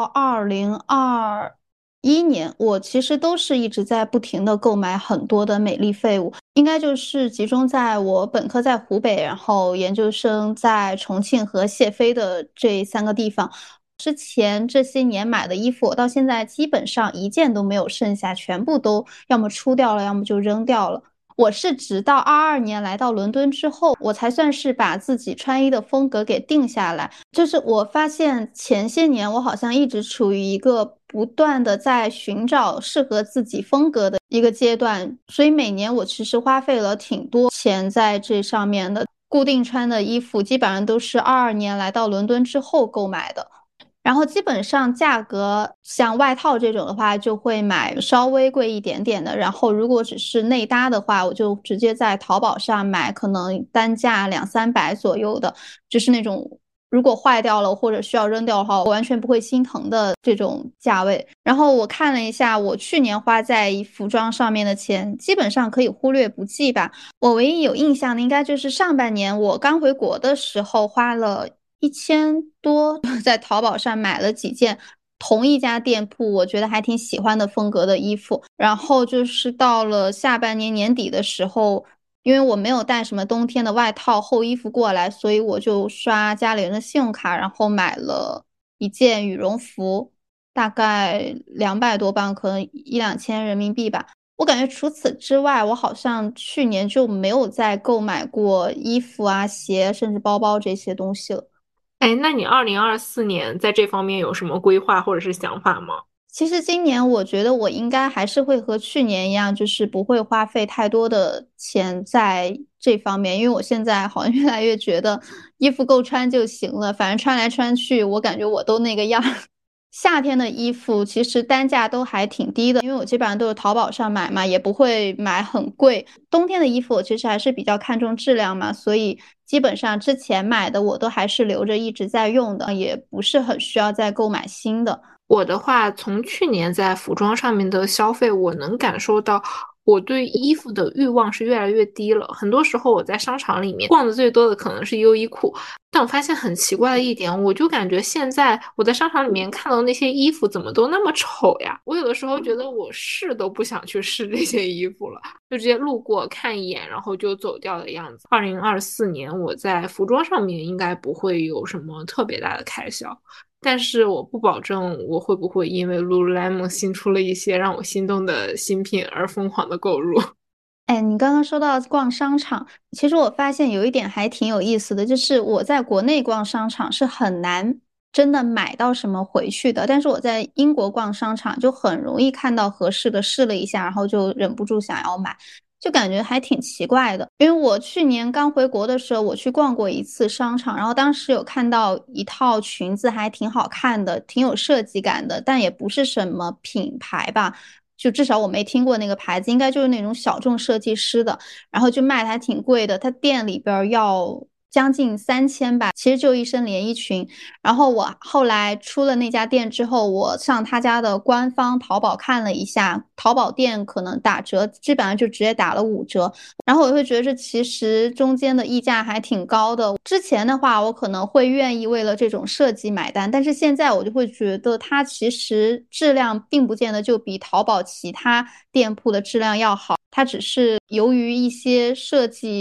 2021年，我其实都是一直在不停的购买很多的美丽废物，应该就是集中在我本科在湖北，然后研究生在重庆和谢飞的这3个地方。之前这些年买的衣服，我到现在基本上一件都没有剩下，全部都要么出掉了，要么就扔掉了。我是直到22年来到伦敦之后，我才算是把自己穿衣的风格给定下来。就是我发现前些年我好像一直处于一个不断的在寻找适合自己风格的一个阶段，所以每年我其实花费了挺多钱在这上面的。固定穿的衣服基本上都是22年来到伦敦之后购买的。然后基本上价格像外套这种的话，就会买稍微贵一点点的。然后如果只是内搭的话，我就直接在淘宝上买，可能单价200-300左右的，就是那种如果坏掉了或者需要扔掉的话，我完全不会心疼的这种价位。然后我看了一下，我去年花在服装上面的钱，基本上可以忽略不计吧。我唯一有印象的应该就是上半年我刚回国的时候花了1000多，在淘宝上买了几件同一家店铺我觉得还挺喜欢的风格的衣服。然后就是到了下半年年底的时候，因为我没有带什么冬天的外套厚衣服过来，所以我就刷家里人的信用卡，然后买了一件羽绒服，大概200多磅，可能1-2千人民币吧。我感觉除此之外，我好像去年就没有再购买过衣服啊、鞋，甚至包包这些东西了。 哎，那你2024年在这方面有什么规划或者是想法吗？ 其实今年我觉得我应该还是会和去年一样，就是不会花费太多的钱在这方面，因为我现在好像越来越觉得衣服够穿就行了，反正穿来穿去，我感觉我都那个样。夏天的衣服其实单价都还挺低的，因为我基本上都是淘宝上买嘛，也不会买很贵。冬天的衣服我其实还是比较看重质量嘛，所以基本上之前买的我都还是留着一直在用的，也不是很需要再购买新的。 我的话，从去年在服装上面的消费，我能感受到我对衣服的欲望是越来越低了。很多时候我在商场里面逛的最多的可能是优衣库，但我发现很奇怪的一点，我就感觉现在我在商场里面看到那些衣服怎么都那么丑呀！我有的时候觉得我试都不想去试这些衣服了，就直接路过看一眼，然后就走掉的样子。2024年我在服装上面应该不会有什么特别大的开销。但是我不保证我会不会因为 Lululemon 新出了一些让我心动的新品而疯狂的购入。 哎，你刚刚说到逛商场，其实我发现有一点还挺有意思的，就是我在国内逛商场是很难真的买到什么回去的，但是我在英国逛商场就很容易看到合适的试了一下，然后就忍不住想要买，就感觉还挺奇怪的。因为我去年刚回国的时候，我去逛过一次商场，然后当时有看到一套裙子还挺好看的，挺有设计感的，但也不是什么品牌吧。就至少我没听过那个牌子，应该就是那种小众设计师的，然后就卖的还挺贵的，他店里边要将近3000吧，其实就一身连衣裙。然后我后来出了那家店之后，我上他家的官方淘宝看了一下，淘宝店可能打折，基本上就直接打了5折。然后我会觉得这其实中间的溢价还挺高的。之前的话，我可能会愿意为了这种设计买单，但是现在我就会觉得它其实质量并不见得就比淘宝其他店铺的质量要好，它只是由于一些设计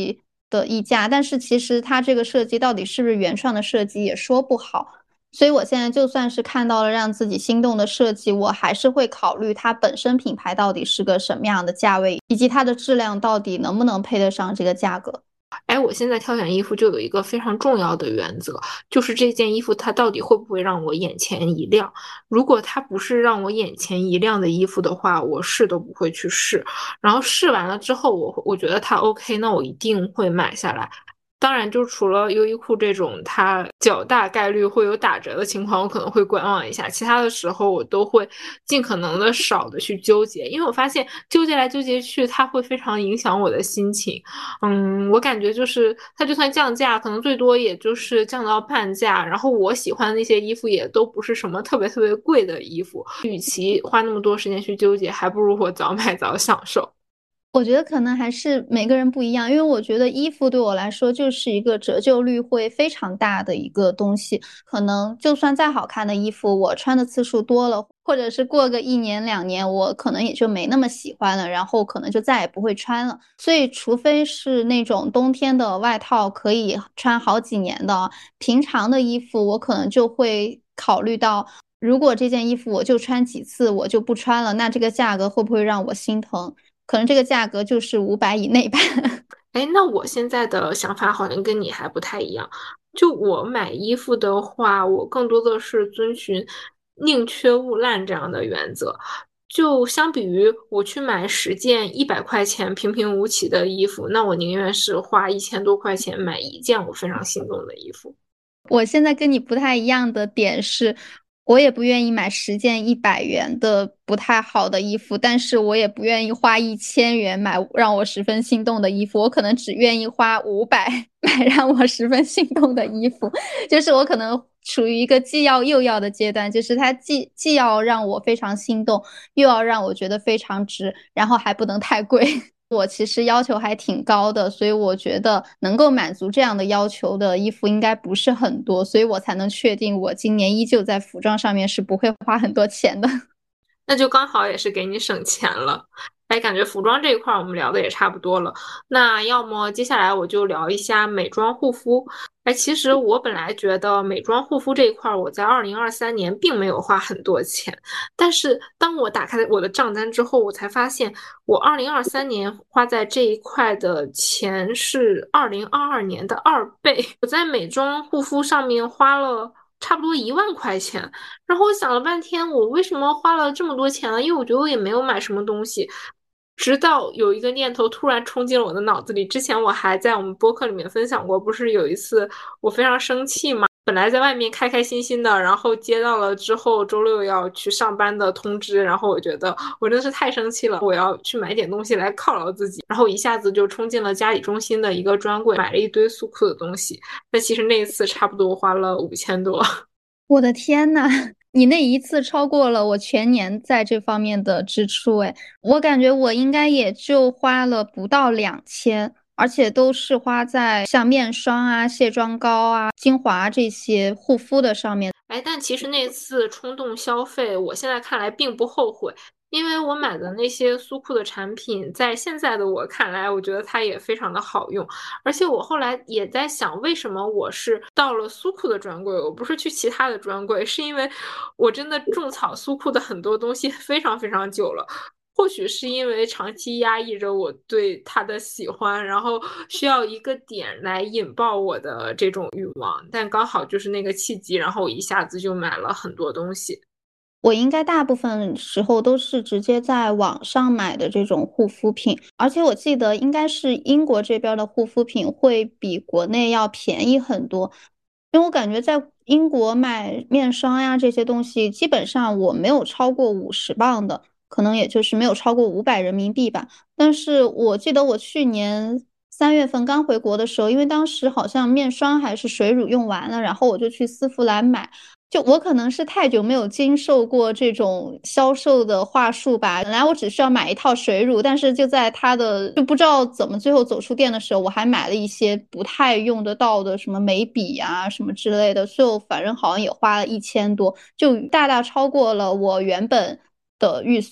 的溢价，但是其实它这个设计到底是不是原创的设计也说不好。所以我现在就算是看到了让自己心动的设计，我还是会考虑它本身品牌到底是个什么样的价位，以及它的质量到底能不能配得上这个价格。 哎，我现在挑选衣服就有一个非常重要的原则，就是这件衣服它到底会不会让我眼前一亮。如果它不是让我眼前一亮的衣服的话，我试都不会去试。然后试完了之后，我觉得它 OK，那我一定会买下来。当然，就除了优衣库这种它较大概率会有打折的情况，我可能会观望一下。其他的时候，我都会尽可能的少的去纠结，因为我发现纠结来纠结去，它会非常影响我的心情。我感觉就是它就算降价，可能最多也就是降到半价。然后我喜欢的那些衣服也都不是什么特别特别贵的衣服，与其花那么多时间去纠结，还不如我早买早享受。 我觉得可能还是每个人不一样，因为我觉得衣服对我来说就是一个折旧率会非常大的一个东西。可能就算再好看的衣服，我穿的次数多了，或者是过个1年2年，我可能也就没那么喜欢了，然后可能就再也不会穿了。所以除非是那种冬天的外套可以穿好几年的，平常的衣服我可能就会考虑到，如果这件衣服我就穿几次我就不穿了，那这个价格会不会让我心疼？可能这个价格就是500以内吧。 哎，那我现在的想法好像跟你还不太一样。就我买衣服的话，我更多的是遵循宁缺毋滥这样的原则。就相比于我去买10件100块钱平平无奇的衣服，那我宁愿是花1000多块钱买一件我非常心动的衣服。 我现在跟你不太一样的点是，我也不愿意买10件100元的不太好的衣服，但是我也不愿意花1000元买让我十分心动的衣服，我可能只愿意花500买让我十分心动的衣服。就是我可能处于一个既要又要的阶段，就是它既要让我非常心动，又要让我觉得非常值，然后还不能太贵。我其实要求还挺高的，所以我觉得能够满足这样的要求的衣服应该不是很多，所以我才能确定我今年依旧在服装上面是不会花很多钱的。 那就刚好也是给你省钱了。哎，感觉服装这一块儿我们聊的也差不多了，那要么接下来我就聊一下美妆护肤。哎，其实我本来觉得美妆护肤这一块儿，我在2023年并没有花很多钱，但是当我打开我的账单之后，我才发现我2023年花在这一块的钱是2022年的2倍。我在美妆护肤上面花了差不多1万块钱。然后我想了半天，我为什么花了这么多钱呢？因为我觉得我也没有买什么东西，直到有一个念头突然冲进了我的脑子里。之前我还在我们播客里面分享过，不是有一次我非常生气嘛，本来在外面开开心心的，然后接到了之后周六要去上班的通知，然后我觉得我真的是太生气了，我要去买点东西来犒劳自己，然后一下子就冲进了嘉里中心的一个专柜，买了一堆诉库的东西。但其实那一次差不多花了5000多。 我的天呐，你那一次超过了我全年在这方面的支出诶，我感觉我应该也就花了不到2000，而且都是花在像面霜啊、卸妆膏啊、精华这些护肤的上面。 哎，但其实那次冲动消费，我现在看来并不后悔，因为我买的那些苏库的产品，在现在的我看来，我觉得它也非常的好用。而且我后来也在想，为什么我是到了苏库的专柜，我不是去其他的专柜，是因为我真的种草苏库的很多东西非常非常久了。或许是因为长期压抑着我对它的喜欢，然后需要一个点来引爆我的这种欲望，但刚好就是那个契机，然后我一下子就买了很多东西。 我应该大部分时候都是直接在网上买的这种护肤品，而且我记得应该是英国这边的护肤品会比国内要便宜很多。因为我感觉在英国买面霜呀这些东西，基本上我没有超过50磅的，可能也就是没有超过500人民币吧。但是我记得我去年3月份刚回国的时候，因为当时好像面霜还是水乳用完了，然后我就去丝芙兰买。就我可能是太久没有经受过这种销售的话术吧，本来我只需要买一套水乳，但是就在它的就不知道怎么最后走出店的时候，我还买了一些不太用得到的什么眉笔啊什么之类的，所以我反正好像也花了1000多，就大大超过了我原本的预算。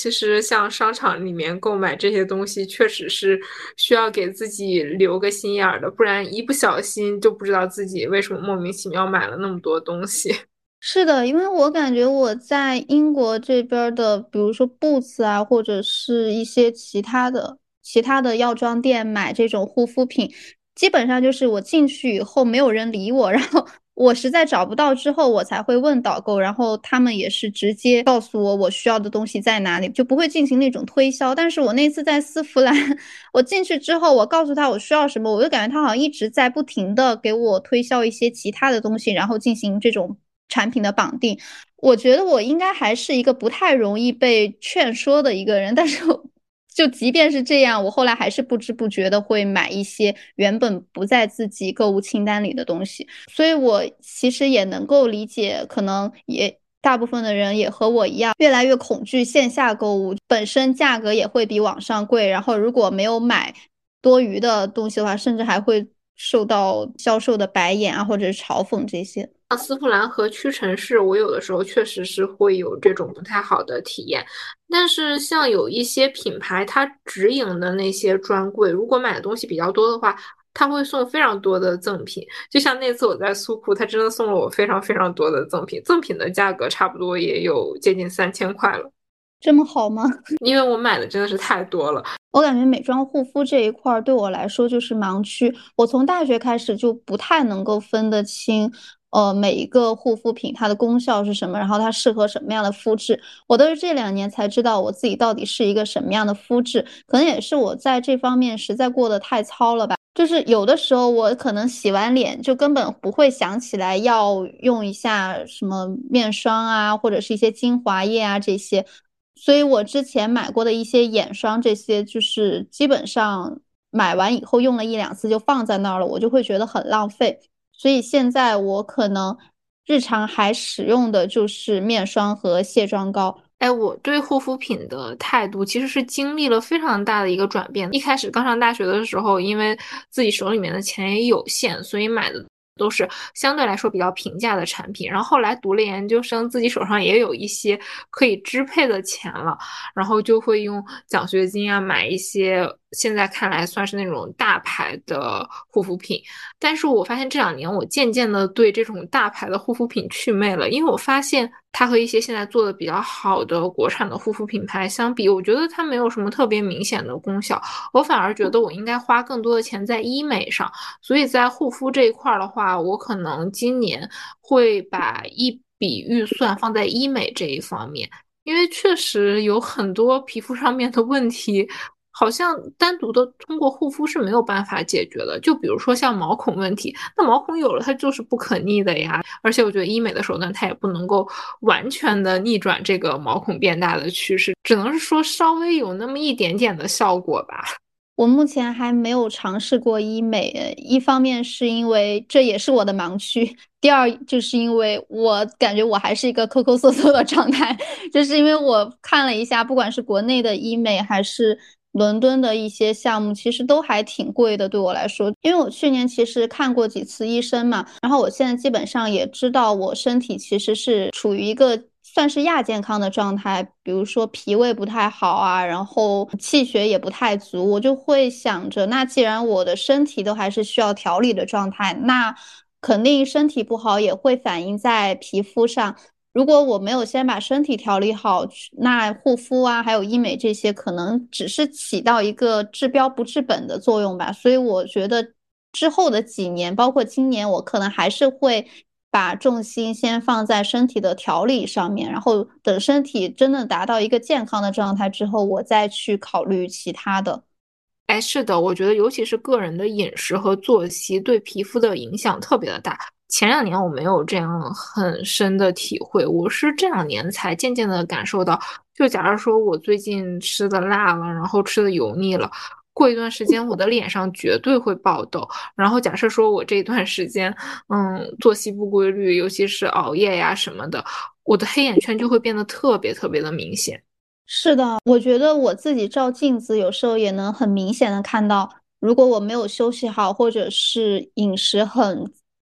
其实像商场里面购买这些东西，确实是需要给自己留个心眼儿的，不然一不小心就不知道自己为什么莫名其妙买了那么多东西。 是的，因为我感觉我在英国这边儿的，比如说 Boots 啊，或者是一些其他的药妆店买这种护肤品，基本上就是我进去以后没有人理我，然后我实在找不到之后，我才会问导购，然后他们也是直接告诉我我需要的东西在哪里，就不会进行那种推销。但是我那次在丝芙兰，我进去之后，我告诉他我需要什么，我就感觉他好像一直在不停的给我推销一些其他的东西，然后进行这种产品的绑定。我觉得我应该还是一个不太容易被劝说的一个人，但是就即便是这样，我后来还是不知不觉的会买一些原本不在自己购物清单里的东西。所以我其实也能够理解，可能也大部分的人也和我一样，越来越恐惧线下购物，本身价格也会比网上贵，然后如果没有买多余的东西的话，甚至还会受到销售的白眼啊，或者是嘲讽这些。 像丝芙兰和屈臣氏，我有的时候确实是会有这种不太好的体验。但是像有一些品牌，它直营的那些专柜，如果买的东西比较多的话，它会送非常多的赠品。就像那次我在苏库，它真的送了我非常非常多的赠品，赠品的价格差不多也有接近3000块了， 这么好吗？ 因为我买的真的是太多了。 我感觉美妆护肤这一块儿对我来说就是盲区。我从大学开始就不太能够分得清，每一个护肤品它的功效是什么，然后它适合什么样的肤质。我都是这2年才知道我自己到底是一个什么样的肤质，可能也是我在这方面实在过得太糙了吧。就是有的时候我可能洗完脸就根本不会想起来要用一下什么面霜啊，或者是一些精华液啊这些。所以我之前买过的一些眼霜，这些就是基本上买完以后用了1、2次就放在那儿了，我就会觉得很浪费。所以现在我可能日常还使用的就是面霜和卸妆膏。 哎，我对护肤品的态度其实是经历了非常大的一个转变。一开始刚上大学的时候，因为自己手里面的钱也有限，所以买的都是相对来说比较平价的产品。然后后来读了研究生，自己手上也有一些可以支配的钱了，然后就会用奖学金啊买一些现在看来算是那种大牌的护肤品。但是我发现这2年我渐渐的对这种大牌的护肤品祛魅了，因为我发现它和一些现在做的比较好的国产的护肤品牌相比，我觉得它没有什么特别明显的功效，我反而觉得我应该花更多的钱在医美上。所以在护肤这一块儿的话，我可能今年会把一笔预算放在医美这一方面。因为确实有很多皮肤上面的问题，好像单独的通过护肤是没有办法解决的。就比如说像毛孔问题，那毛孔有了它就是不可逆的呀。而且我觉得医美的手段它也不能够完全的逆转这个毛孔变大的趋势，只能是说稍微有那么一点点的效果吧。 我目前还没有尝试过医美，一方面是因为这也是我的盲区，第二就是因为我感觉我还是一个抠抠搜搜的状态，就是因为我看了一下，不管是国内的医美还是伦敦的一些项目，其实都还挺贵的，对我来说。因为我去年其实看过几次医生嘛，然后我现在基本上也知道我身体其实是处于一个算是亚健康的状态，比如说脾胃不太好啊，然后气血也不太足，我就会想着，那既然我的身体都还是需要调理的状态，那肯定身体不好也会反映在皮肤上。如果我没有先把身体调理好，那护肤啊，还有医美这些，可能只是起到一个治标不治本的作用吧。所以我觉得之后的几年，包括今年，我可能还是会把重心先放在身体的调理上面，然后等身体真的达到一个健康的状态之后，我再去考虑其他的。 哎，是的，我觉得尤其是个人的饮食和作息对皮肤的影响特别的大。前2年我没有这样很深的体会，我是这2年才渐渐的感受到。就假如说我最近吃的辣了，然后吃的油腻了，过一段时间我的脸上绝对会爆痘。然后假设说我这段时间，作息不规律，尤其是熬夜呀什么的，我的黑眼圈就会变得特别特别的明显。 是的，我觉得我自己照镜子，有时候也能很明显的看到，如果我没有休息好，或者是饮食很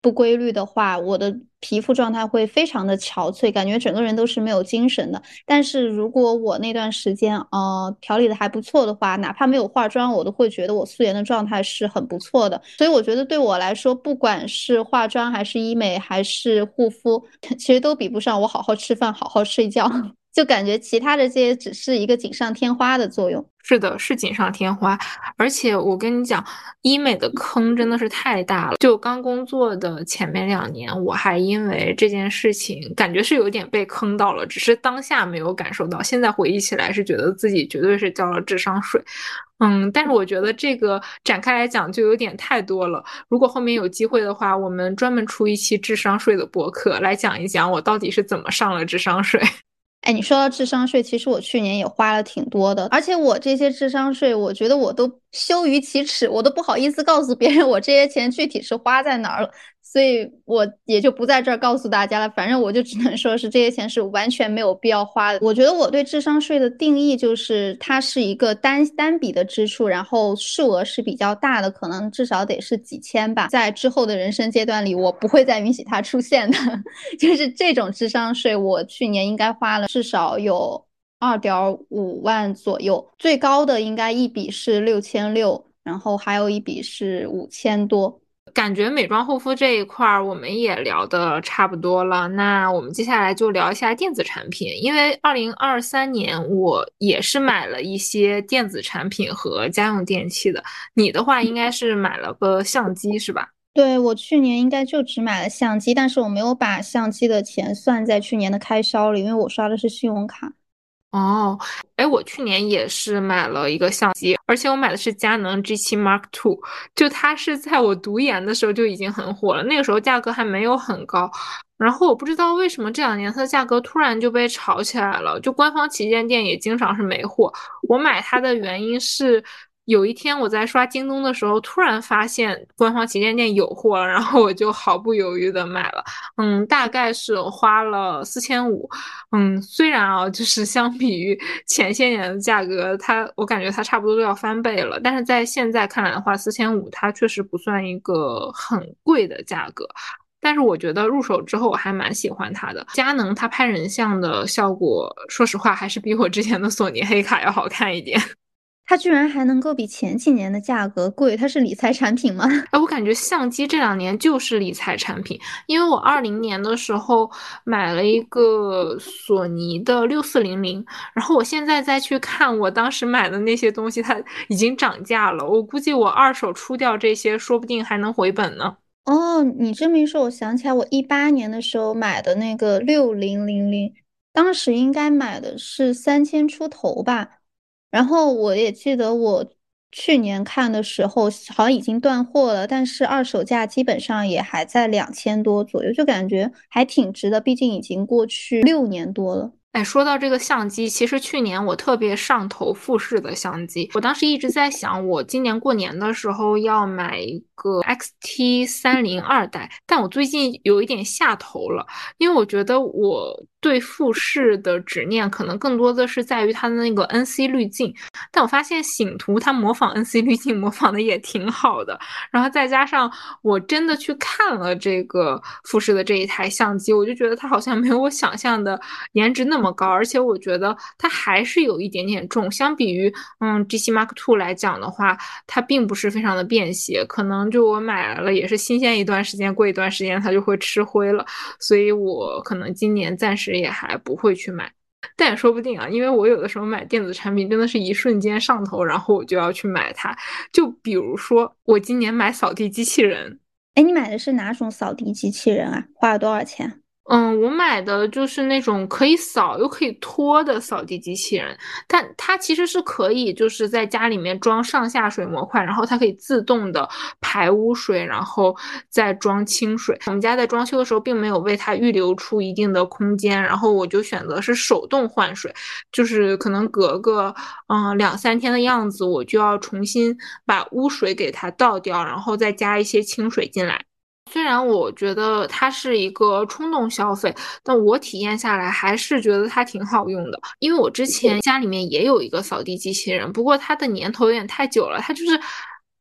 不规律的话，我的皮肤状态会非常的憔悴，感觉整个人都是没有精神的。但是如果我那段时间调理的还不错的话，哪怕没有化妆，我都会觉得我素颜的状态是很不错的。所以我觉得对我来说，不管是化妆还是医美还是护肤，其实都比不上我好好吃饭、好好睡觉。就感觉其他的这些只是一个锦上添花的作用。 是的，是锦上添花，而且我跟你讲，医美的坑真的是太大了。就刚工作的前面2年，我还因为这件事情感觉是有点被坑到了，只是当下没有感受到，现在回忆起来是觉得自己绝对是交了智商税。但是我觉得这个展开来讲就有点太多了。如果后面有机会的话，我们专门出一期智商税的播客，来讲一讲我到底是怎么上了智商税。 哎，你说到智商税，其实我去年也花了挺多的，而且我这些智商税，我觉得我都羞于启齿，我都不好意思告诉别人我这些钱具体是花在哪儿了，所以我也就不在这儿告诉大家了。反正我就只能说是这些钱是完全没有必要花的。我觉得我对智商税的定义就是它是一个单笔的支出，然后数额是比较大的，可能至少得是几千吧。在之后的人生阶段里，我不会再允许它出现的。就是这种智商税，我去年应该花了至少有2.5万左右，最高的应该一笔是6600，然后还有一笔是5000多。 感觉美妆护肤这一块儿我们也聊的差不多了，那我们接下来就聊一下电子产品，因为2023年我也是买了一些电子产品和家用电器的，你的话应该是买了个相机是吧？ 对，我去年应该就只买了相机，但是我没有把相机的钱算在去年的开销里，因为我刷的是信用卡。 哦，哎，我去年也是买了一个相机，而且我买的是佳能 G7 Mark II，就它是在我读研的时候就已经很火了，那个时候价格还没有很高，然后我不知道为什么这2年它的价格突然就被炒起来了，就官方旗舰店也经常是没货。我买它的原因是。有一天我在刷京东的时候，突然发现官方旗舰店有货了，然后我就毫不犹豫的买了。大概是花了4500。虽然啊，就是相比于前些年的价格，我感觉它差不多都要翻倍了，但是在现在看来的话，4500它确实不算一个很贵的价格。但是我觉得入手之后我还蛮喜欢它的，佳能它拍人像的效果，说实话还是比我之前的索尼黑卡要好看一点。 它居然还能够比前几年的价格贵，它是理财产品吗？ 哎，我感觉相机这2年就是理财产品，因为我2020年的时候买了一个索尼的6400，然后我现在再去看我当时买的那些东西，它已经涨价了，我估计我二手出掉这些，说不定还能回本呢。 哦，你这么一说，我想起来，我18年的时候买的那个6000，当时应该买的是3000出头吧。然后我也记得我去年看的时候，好像已经断货了，但是二手价基本上也还在2000多左右，就感觉还挺值的，毕竟已经过去6年多了。 哎，说到这个相机，其实去年我特别上头富士的相机。我当时一直在想，我今年过年的时候要买一个 XT302代，但我最近有一点下头了，因为我觉得我对富士的执念可能更多的是在于它的那个 NC 滤镜，但我发现醒图它模仿 NC 滤镜模仿的也挺好的，然后再加上我真的去看了这个富士的这一台相机，我就觉得它好像没有我想象的颜值那么高，而且我觉得它还是有一点点重，相比于G7 Mark II 来讲的话，它并不是非常的便携，可能就我买了也是新鲜一段时间，过一段时间它就会吃灰了，所以我可能今年暂时也还不会去买。但也说不定啊，因为我有的时候买电子产品真的是一瞬间上头，然后我就要去买它。就比如说，我今年买扫地机器人， 哎，你买的是哪种扫地机器人啊？花了多少钱？ 我买的就是那种可以扫又可以拖的扫地机器人，但它其实是可以就是在家里面装上下水模块，然后它可以自动的排污水，然后再装清水。我们家在装修的时候并没有为它预留出一定的空间，然后我就选择是手动换水，就是可能隔个2、3天的样子，我就要重新把污水给它倒掉，然后再加一些清水进来。虽然我觉得它是一个冲动消费，但我体验下来还是觉得它挺好用的。因为我之前家里面也有一个扫地机器人，不过它的年头有点太久了，它就是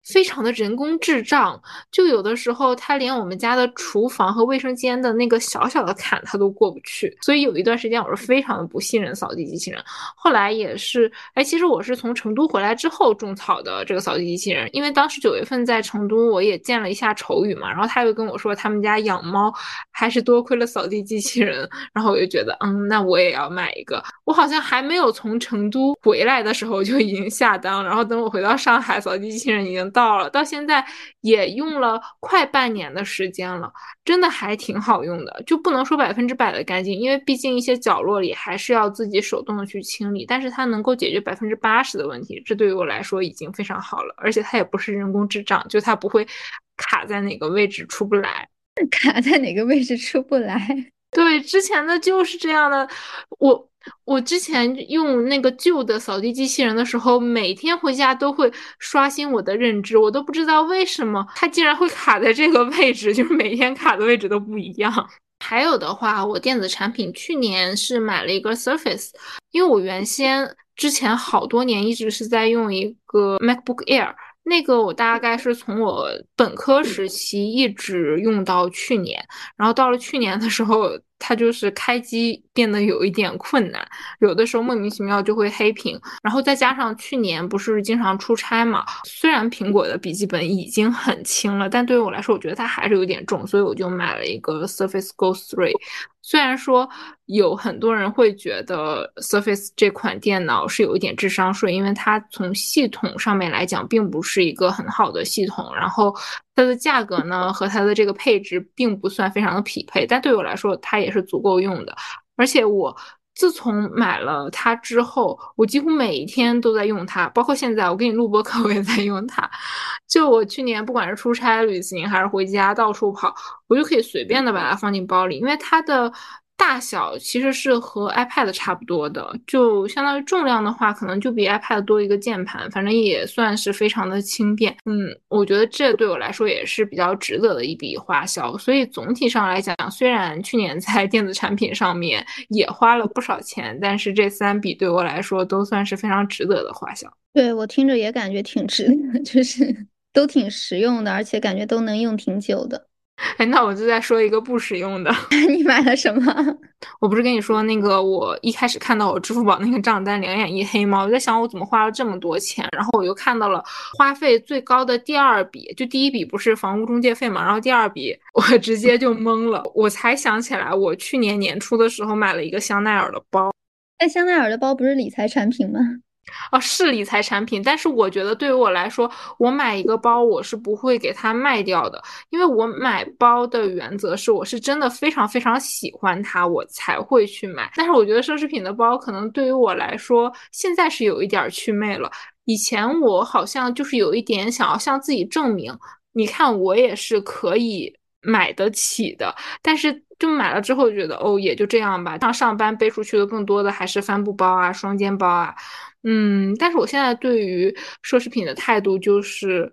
非常的人工智障，就有的时候它连我们家的厨房和卫生间的那个小小的坎它都过不去，所以有一段时间我是非常的不信任扫地机器人。后来也是，哎，其实我是从成都回来之后种草的这个扫地机器人，因为当时9月份在成都，我也见了一下丑宇嘛，然后他又跟我说他们家养猫还是多亏了扫地机器人，然后我就觉得，那我也要买一个。我好像还没有从成都回来的时候就已经下单了，然后等我回到上海，扫地机器人已经到了，到现在也用了快半年的时间了，真的还挺好用的，就不能说100%的干净，因为毕竟一些角落里还是要自己手动的去清理，但是它能够解决80%的问题，这对于我来说已经非常好了，而且它也不是人工智障，就它不会卡在哪个位置出不来。 卡在哪个位置出不来。 对，之前的就是这样的。我之前用那个旧的扫地机器人的时候，每天回家都会刷新我的认知，我都不知道为什么它竟然会卡在这个位置，就是每天卡的位置都不一样。还有的话，我电子产品去年是买了一个 Surface，因为我原先之前好多年一直是在用一个 MacBook Air，那个我大概是从我本科时期一直用到去年，然后到了去年的时候，它就是开机变得有一点困难，有的时候莫名其妙就会黑屏，然后再加上去年不是经常出差嘛，虽然苹果的笔记本已经很轻了，但对于我来说，我觉得它还是有点重，所以我就买了一个 Surface Go 3。虽然说有很多人会觉得 Surface 这款电脑是有一点智商税，因为它从系统上面来讲并不是一个很好的系统，然后它的价格呢和它的这个配置并不算非常的匹配，但对我来说它也是足够用的。而且我自从买了它之后，我几乎每一天都在用它，包括现在我给你录播课我也在用它。就我去年不管是出差旅行还是回家到处跑，我就可以随便的把它放进包里，因为它的大小其实是和 iPad 差不多的，就相当于重量的话，可能就比 iPad 多一个键盘，反正也算是非常的轻便。我觉得这对我来说也是比较值得的一笔花销。所以总体上来讲，虽然去年在电子产品上面也花了不少钱，但是这3笔对我来说都算是非常值得的花销。 对，我听着也感觉挺值的，就是都挺实用的，而且感觉都能用挺久的。 哎，那我就再说一个不实用的。 你买了什么？ 我不是跟你说那个，我一开始看到我支付宝那个账单两眼一黑吗？我在想我怎么花了这么多钱，然后我又看到了花费最高的第二笔，就第一笔不是房屋中介费嘛，然后第二笔我直接就懵了，我才想起来我去年年初的时候买了一个香奈儿的包。 哎，香奈儿的包不是理财产品吗？ 是理财产品，但是我觉得对于我来说，我买一个包我是不会给它卖掉的，因为我买包的原则是我是真的非常非常喜欢它，我才会去买。但是我觉得奢侈品的包可能对于我来说，现在是有一点祛魅了。以前我好像就是有一点想要向自己证明，你看我也是可以买得起的，但是就买了之后觉得哦，也就这样吧。像上班背出去的更多的还是帆布包啊、双肩包啊。但是我现在对于奢侈品的态度就是，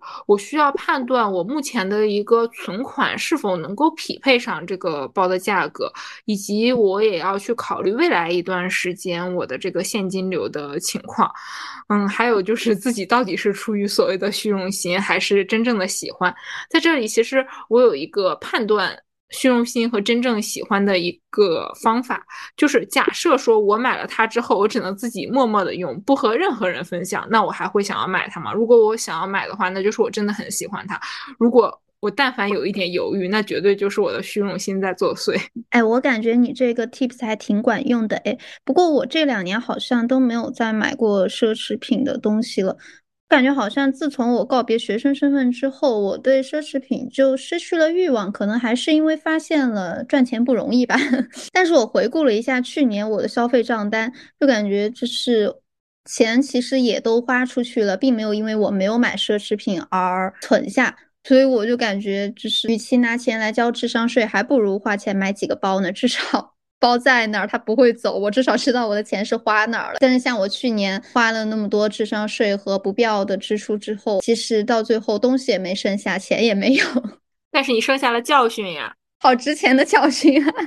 我需要判断我目前的一个存款是否能够匹配上这个包的价格，以及我也要去考虑未来一段时间我的这个现金流的情况。还有就是自己到底是出于所谓的虚荣心，还是真正的喜欢。在这里，其实我有一个判断虚荣心和真正喜欢的一个方法，就是假设说我买了它之后，我只能自己默默的用，不和任何人分享，那我还会想要买它吗？如果我想要买的话，那就是我真的很喜欢它。如果我但凡有一点犹豫，那绝对就是我的虚荣心在作祟。 哎，我感觉你这个 tips 还挺管用的哎。不过我这2年好像都没有再买过奢侈品的东西了，感觉好像自从我告别学生身份之后，我对奢侈品就失去了欲望，可能还是因为发现了赚钱不容易吧。但是我回顾了一下去年我的消费账单，就感觉就是钱其实也都花出去了，并没有因为我没有买奢侈品而存下。所以我就感觉，就是与其拿钱来交智商税，还不如花钱买几个包呢。至少包在那儿，它不会走，我至少知道我的钱是花哪儿了。但是像我去年花了那么多智商税和不必要的支出之后，其实到最后东西也没剩下，钱也没有。 但是你剩下了教训呀。 好值钱的教训啊！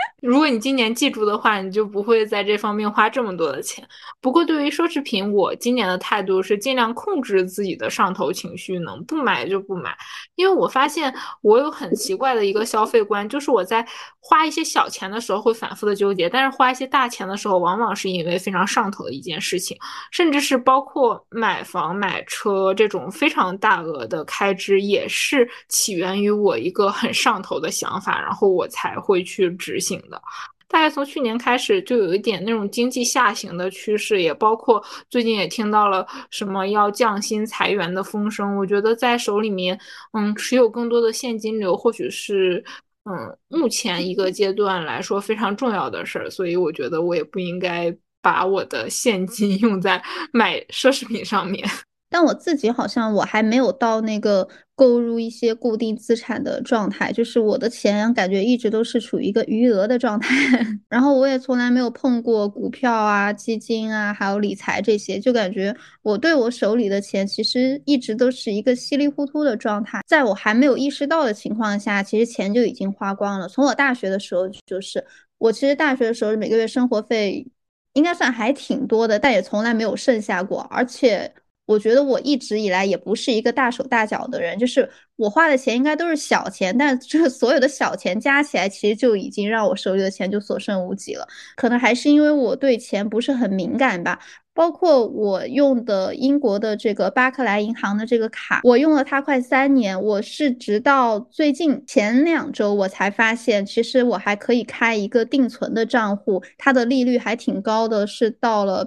如果你今年记住的话，你就不会在这方面花这么多的钱。不过，对于奢侈品，我今年的态度是尽量控制自己的上头情绪，能不买就不买。因为我发现我有很奇怪的一个消费观，就是我在花一些小钱的时候会反复的纠结，但是花一些大钱的时候，往往是因为非常上头的一件事情，甚至是包括买房、买车这种非常大额的开支，也是起源于我一个很上头的想法，然后我才会去执行的。大概从去年开始，就有一点那种经济下行的趋势，也包括最近也听到了什么要降薪裁员的风声。我觉得在手里面，持有更多的现金流，或许是目前一个阶段来说非常重要的事儿。所以我觉得我也不应该把我的现金用在买奢侈品上面。 但我自己好像我还没有到那个购入一些固定资产的状态，就是我的钱感觉一直都是处于一个余额的状态，然后我也从来没有碰过股票啊、基金啊，还有理财这些，就感觉我对我手里的钱其实一直都是一个稀里糊涂的状态，在我还没有意识到的情况下，其实钱就已经花光了。从我大学的时候就是，我其实大学的时候每个月生活费应该算还挺多的，但也从来没有剩下过。而且我觉得我一直以来也不是一个大手大脚的人，就是我花的钱应该都是小钱，但这所有的小钱加起来，其实就已经让我手里的钱就所剩无几了。可能还是因为我对钱不是很敏感吧。包括我用的英国的这个巴克莱银行的这个卡，我用了它快3年，我是直到最近前2周我才发现，其实我还可以开一个定存的账户，它的利率还挺高的，是到了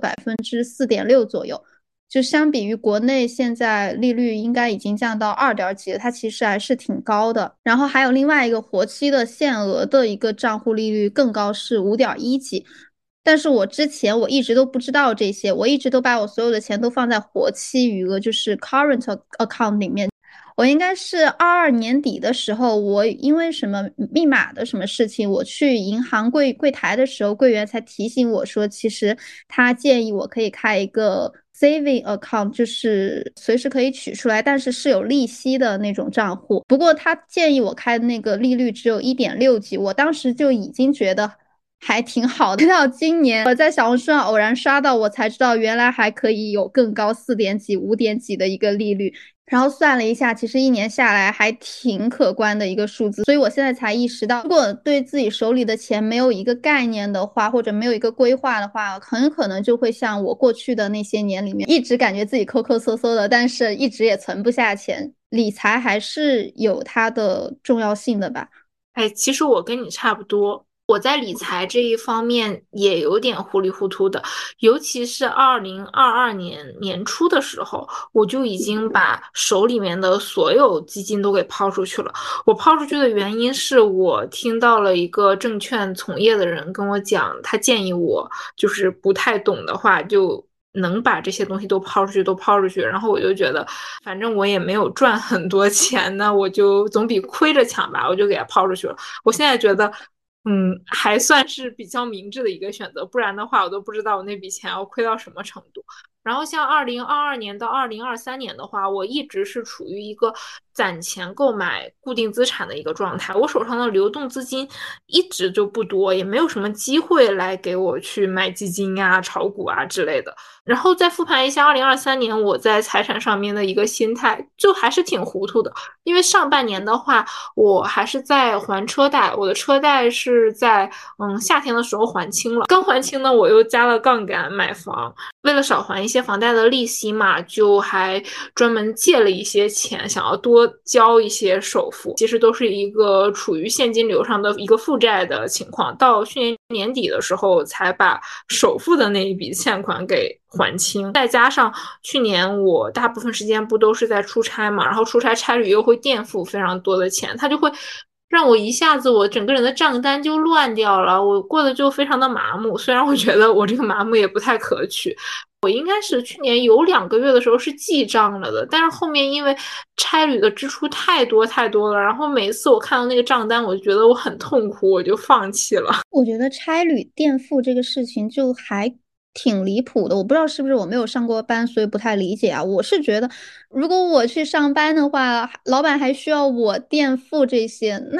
4.6%左右。就相比于国内现在利率应该已经降到2点几了，它其实还是挺高的。然后还有另外一个活期的限额的一个账户利率更高，是5.1几。但是我之前我一直都不知道这些，我一直都把我所有的钱都放在活期余额，就是 current account 里面。我应该是22年底的时候，我因为什么密码的什么事情，我去银行柜台的时候，柜员才提醒我说，其实他建议我可以开一个 saving account，就是随时可以取出来，但是是有利息的那种账户。不过他建议我开的那个利率只有1.6几，我当时就已经觉得还挺好的。直到今年我在小红书上偶然刷到，我才知道原来还可以有更高4点几、5点几的一个利率。然后算了一下，其实一年下来还挺可观的一个数字，所以我现在才意识到，如果对自己手里的钱没有一个概念的话，或者没有一个规划的话，很有可能就会像我过去的那些年里面，一直感觉自己抠抠搜搜的，但是一直也存不下钱。理财还是有它的重要性的吧。 哎，其实我跟你差不多，我在理财这一方面也有点糊里糊涂的，尤其是2022年年初的时候，我就已经把手里面的所有基金都给抛出去了。我抛出去的原因是我听到了一个证券从业的人跟我讲，他建议我就是不太懂的话就。能把这些东西都抛出去，都抛出去，然后我就觉得，反正我也没有赚很多钱呢，我就总比亏着强吧，我就给它抛出去了。我现在觉得，还算是比较明智的一个选择，不然的话，我都不知道我那笔钱要亏到什么程度。然后像2022年到2023年的话，我一直是处于一个攒钱购买固定资产的一个状态。我手上的流动资金一直就不多，也没有什么机会来给我去买基金啊、炒股啊之类的。然后再复盘一下2023年我在财产上面的一个心态，就还是挺糊涂的。因为上半年的话，我还是在还车贷，我的车贷是在夏天的时候还清了，刚还清呢，我又加了杠杆买房。为了少还一些房贷的利息嘛，就还专门借了一些钱，想要多交一些首付。其实都是一个处于现金流上的一个负债的情况。到去年年底的时候，才把首付的那一笔欠款给还清。再加上去年我大部分时间不都是在出差嘛，然后出差差旅又会垫付非常多的钱，它就会让我一下子我整个人的账单就乱掉了，我过得就非常的麻木。虽然我觉得我这个麻木也不太可取，我应该是去年有2个月的时候是记账了的，但是后面因为差旅的支出太多太多了，然后每次我看到那个账单，我就觉得我很痛苦，我就放弃了。 我觉得差旅垫付这个事情就还挺离谱的，我不知道是不是我没有上过班，所以不太理解啊。我是觉得，如果我去上班的话，老板还需要我垫付这些，那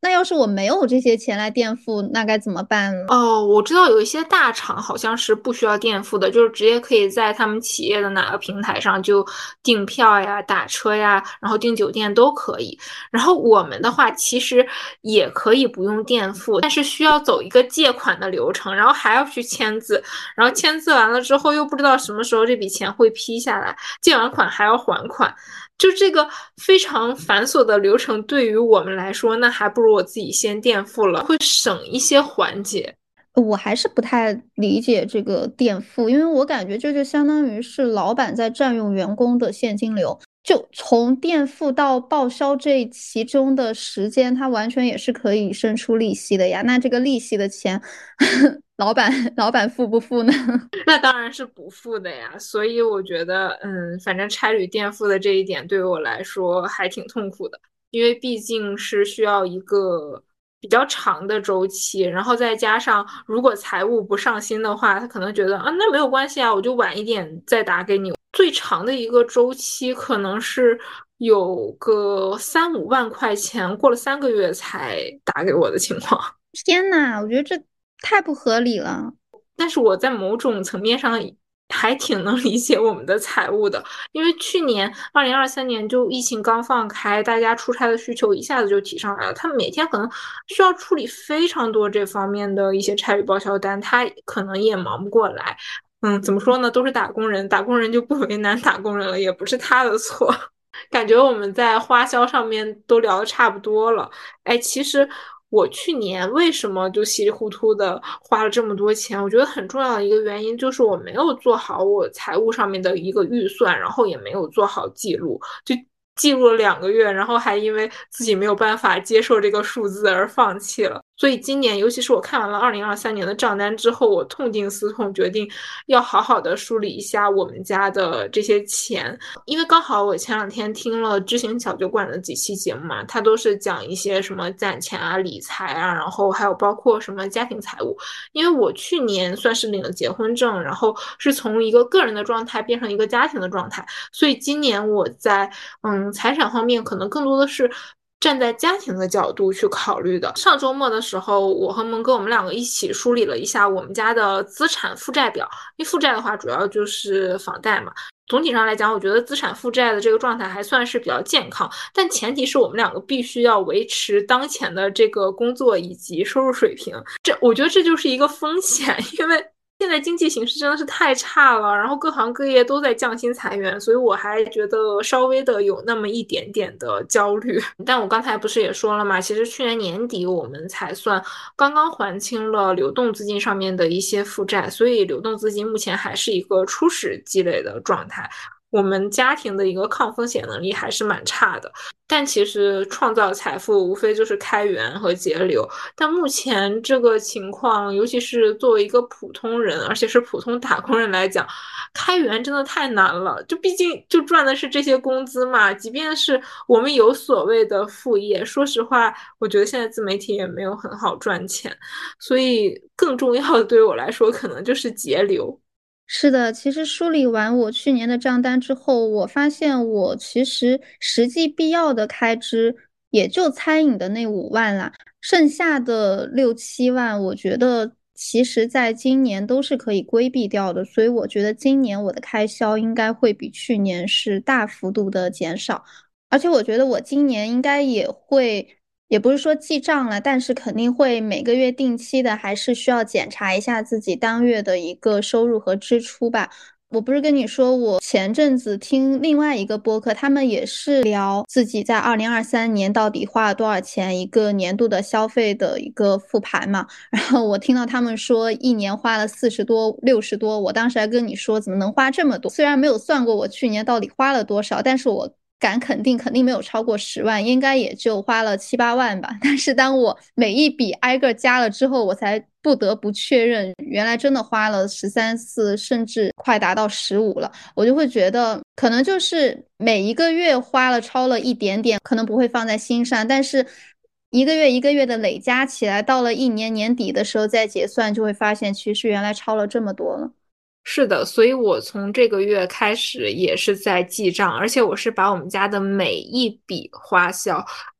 那要是我没有这些钱来垫付，那该怎么办呢？ 哦，我知道有一些大厂好像是不需要垫付的，就是直接可以在他们企业的哪个平台上就订票呀、打车呀，然后订酒店都可以。然后我们的话其实也可以不用垫付，但是需要走一个借款的流程，然后还要去签字，然后签字完了之后又不知道什么时候这笔钱会批下来，借完款还要还款。就这个非常繁琐的流程，对于我们来说，那还不如我自己先垫付了，会省一些环节。 我还是不太理解这个垫付，因为我感觉这就相当于是老板在占用员工的现金流。就从垫付到报销这其中的时间，它完全也是可以生出利息的呀。那这个利息的钱，老板付不付呢？ 那当然是不付的呀，所以我觉得，反正差旅垫付的这一点对于我来说还挺痛苦的，因为毕竟是需要一个比较长的周期，然后再加上如果财务不上心的话，他可能觉得啊，那没有关系啊，我就晚一点再打给你。最长的一个周期可能是有个3、5万块钱，过了3个月才打给我的情况。 天呐，我觉得这太不合理了。 但是我在某种层面上还挺能理解我们的财务的，因为去年2023年就疫情刚放开，大家出差的需求一下子就提上来了，他们每天可能需要处理非常多这方面的一些差旅报销单，他可能也忙不过来。怎么说呢？都是打工人，打工人就不为难打工人了，也不是他的错。感觉我们在花销上面都聊得差不多了。哎，其实我去年为什么就稀里糊涂的花了这么多钱？我觉得很重要的一个原因就是我没有做好我财务上面的一个预算，然后也没有做好记录，就记录了2个月，然后还因为自己没有办法接受这个数字而放弃了。所以今年，尤其是我看完了2023年的账单之后，我痛定思痛，决定要好好的梳理一下我们家的这些钱。因为刚好我前2天听了知行小酒馆的几期节目嘛，它都是讲一些什么攒钱啊、理财啊，然后还有包括什么家庭财务。因为我去年算是领了结婚证，然后是从一个个人的状态变成一个家庭的状态，所以今年我在财产方面可能更多的是站在家庭的角度去考虑的。上周末的时候，我和蒙哥我们两个一起梳理了一下我们家的资产负债表，因为负债的话主要就是房贷嘛。总体上来讲，我觉得资产负债的这个状态还算是比较健康，但前提是我们两个必须要维持当前的这个工作以及收入水平。我觉得这就是一个风险，因为现在经济形势真的是太差了，然后各行各业都在降薪裁员，所以我还觉得稍微的有那么一点点的焦虑。但我刚才不是也说了嘛，其实去年年底我们才算刚刚还清了流动资金上面的一些负债，所以流动资金目前还是一个初始积累的状态。我们家庭的一个抗风险能力还是蛮差的，但其实创造财富无非就是开源和节流。但目前这个情况，尤其是作为一个普通人，而且是普通打工人来讲，开源真的太难了。就毕竟就赚的是这些工资嘛，即便是我们有所谓的副业，说实话，我觉得现在自媒体也没有很好赚钱，所以更重要的对于我来说，可能就是节流。 是的，其实梳理完我去年的账单之后，我发现我其实实际必要的开支也就餐饮的那5万啦，剩下的6、7万，我觉得其实在今年都是可以规避掉的，所以我觉得今年我的开销应该会比去年是大幅度的减少。而且我觉得我今年应该也会，也不是说记账了，但是肯定会每个月定期的，还是需要检查一下自己当月的一个收入和支出吧。我不是跟你说，我前阵子听另外一个播客，他们也是聊自己在2023年到底花了多少钱，一个年度的消费的一个复盘嘛。然后我听到他们说一年花了40多、60多，我当时还跟你说怎么能花这么多？虽然没有算过我去年到底花了多少，但是我敢肯定，肯定没有超过10万，应该也就花了7、8万吧。但是当我每一笔挨个加了之后，我才不得不确认，原来真的花了13、14，甚至快达到15了。我就会觉得，可能就是每一个月花了超了一点点，可能不会放在心上，但是一个月一个月的累加起来，到了一年年底的时候再结算，就会发现其实原来超了这么多了。 是的，所以我从这个月开始也是在记账，而且我是把我们家的每一笔花销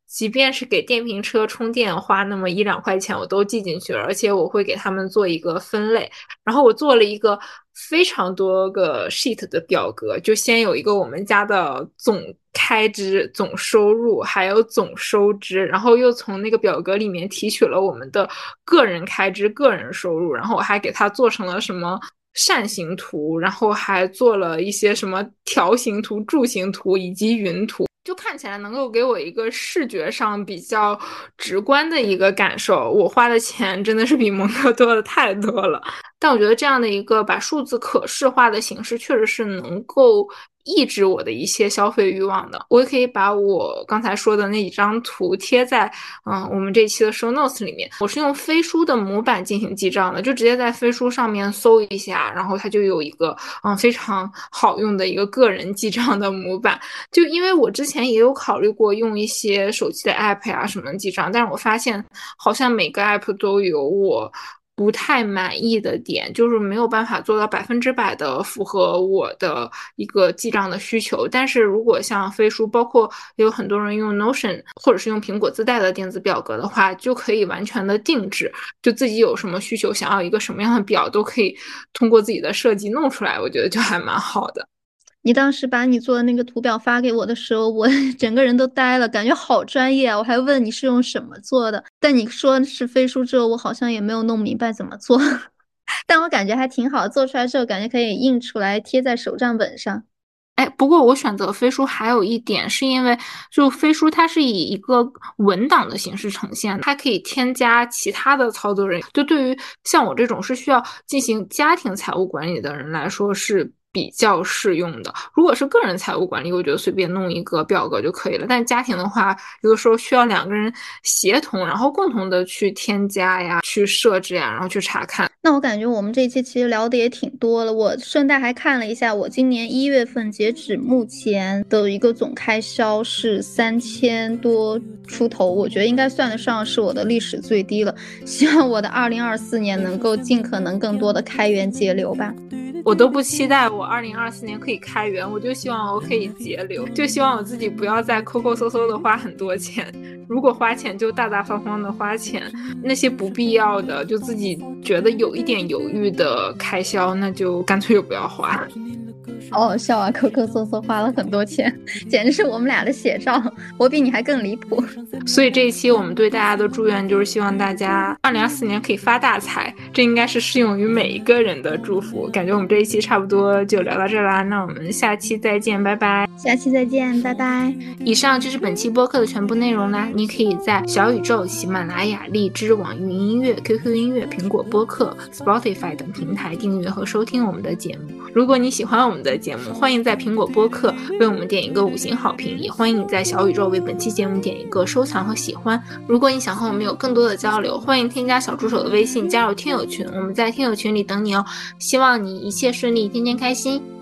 即便是给电瓶车充电花那么1-2块钱，我都记进去了，而且我会给他们做一个分类。然后我做了一个非常多个 sheet 的表格，就先有一个我们家的总开支、总收入，还有总收支，然后又从那个表格里面提取了我们的个人开支、个人收入，然后我还给它做成了什么扇形图，然后还做了一些什么条形图、柱形图以及云图。就看起来能够给我一个视觉上比较直观的一个感受，我花的钱真的是比蒙特多的太多了。但我觉得这样的一个把数字可视化的形式，确实是能够抑制我的一些消费欲望的。我也可以把我刚才说的那几张图贴在我们这一期的 show notes 里面。我是用飞书的模板进行记账的，就直接在飞书上面搜一下，然后它就有一个非常好用的一个个人记账的模板。就因为我之前也有考虑过用一些手机的 app 呀什么的记账，但是我发现好像每个 app 都有我不太满意的点，就是没有办法做到100%的符合我的一个记账的需求。但是如果像飞书，包括也有很多人用 Notion 或者是用苹果自带的电子表格的话，就可以完全的定制，就自己有什么需求，想要一个什么样的表，都可以通过自己的设计弄出来，我觉得就还蛮好的。 你当时把你做的那个图表发给我的时候，我整个人都呆了，感觉好专业啊！我还问你是用什么做的，但你说是飞书之后，我好像也没有弄明白怎么做，但我感觉还挺好，做出来之后感觉可以印出来贴在手账本上。 哎，不过我选择飞书还有一点，是因为就飞书它是以一个文档的形式呈现，它可以添加其他的操作人员，就对于像我这种是需要进行家庭财务管理的人来说是比较适用的。如果是个人财务管理，我觉得随便弄一个表格就可以了。但家庭的话，有的时候需要2个人协同，然后共同的去添加呀、去设置呀，然后去查看。 那我感觉我们这一期其实聊的也挺多了，我顺带还看了一下，我今年1月份截止目前的一个总开销是3000多出头，我觉得应该算得上是我的历史最低了。希望我的2024年能够尽可能更多的开源节流吧。 我都不期待我2024年可以开源，我就希望我可以节流，就希望我自己不要再抠抠搜搜的花很多钱。如果花钱就大大方方的花钱，那些不必要的就自己觉得有一点犹豫的开销，那就干脆就不要花。 好好笑啊，抠抠搜搜花了很多钱，简直是我们俩的写照，我比你还更离谱。 所以这一期我们对大家的祝愿就是希望大家2024年可以发大财，这应该是适用于每一个人的祝福。感觉我们这一期差不多就聊到这啦，那我们下期再见，拜拜。 下期再见，拜拜。 以上就是本期播客的全部内容啦，你可以在小宇宙、喜马拉雅、荔枝、网易云音乐、QQ 音乐、苹果播客、Spotify 等平台订阅和收听我们的节目。如果你喜欢我们的节目，欢迎在苹果播客为我们点一个5星好评，也欢迎你在小宇宙为本期节目点一个收藏和喜欢。如果你想和我们有更多的交流，欢迎添加小助手的微信加入听友群，我们在听友群里等你哦。希望你一切顺利，天天开心。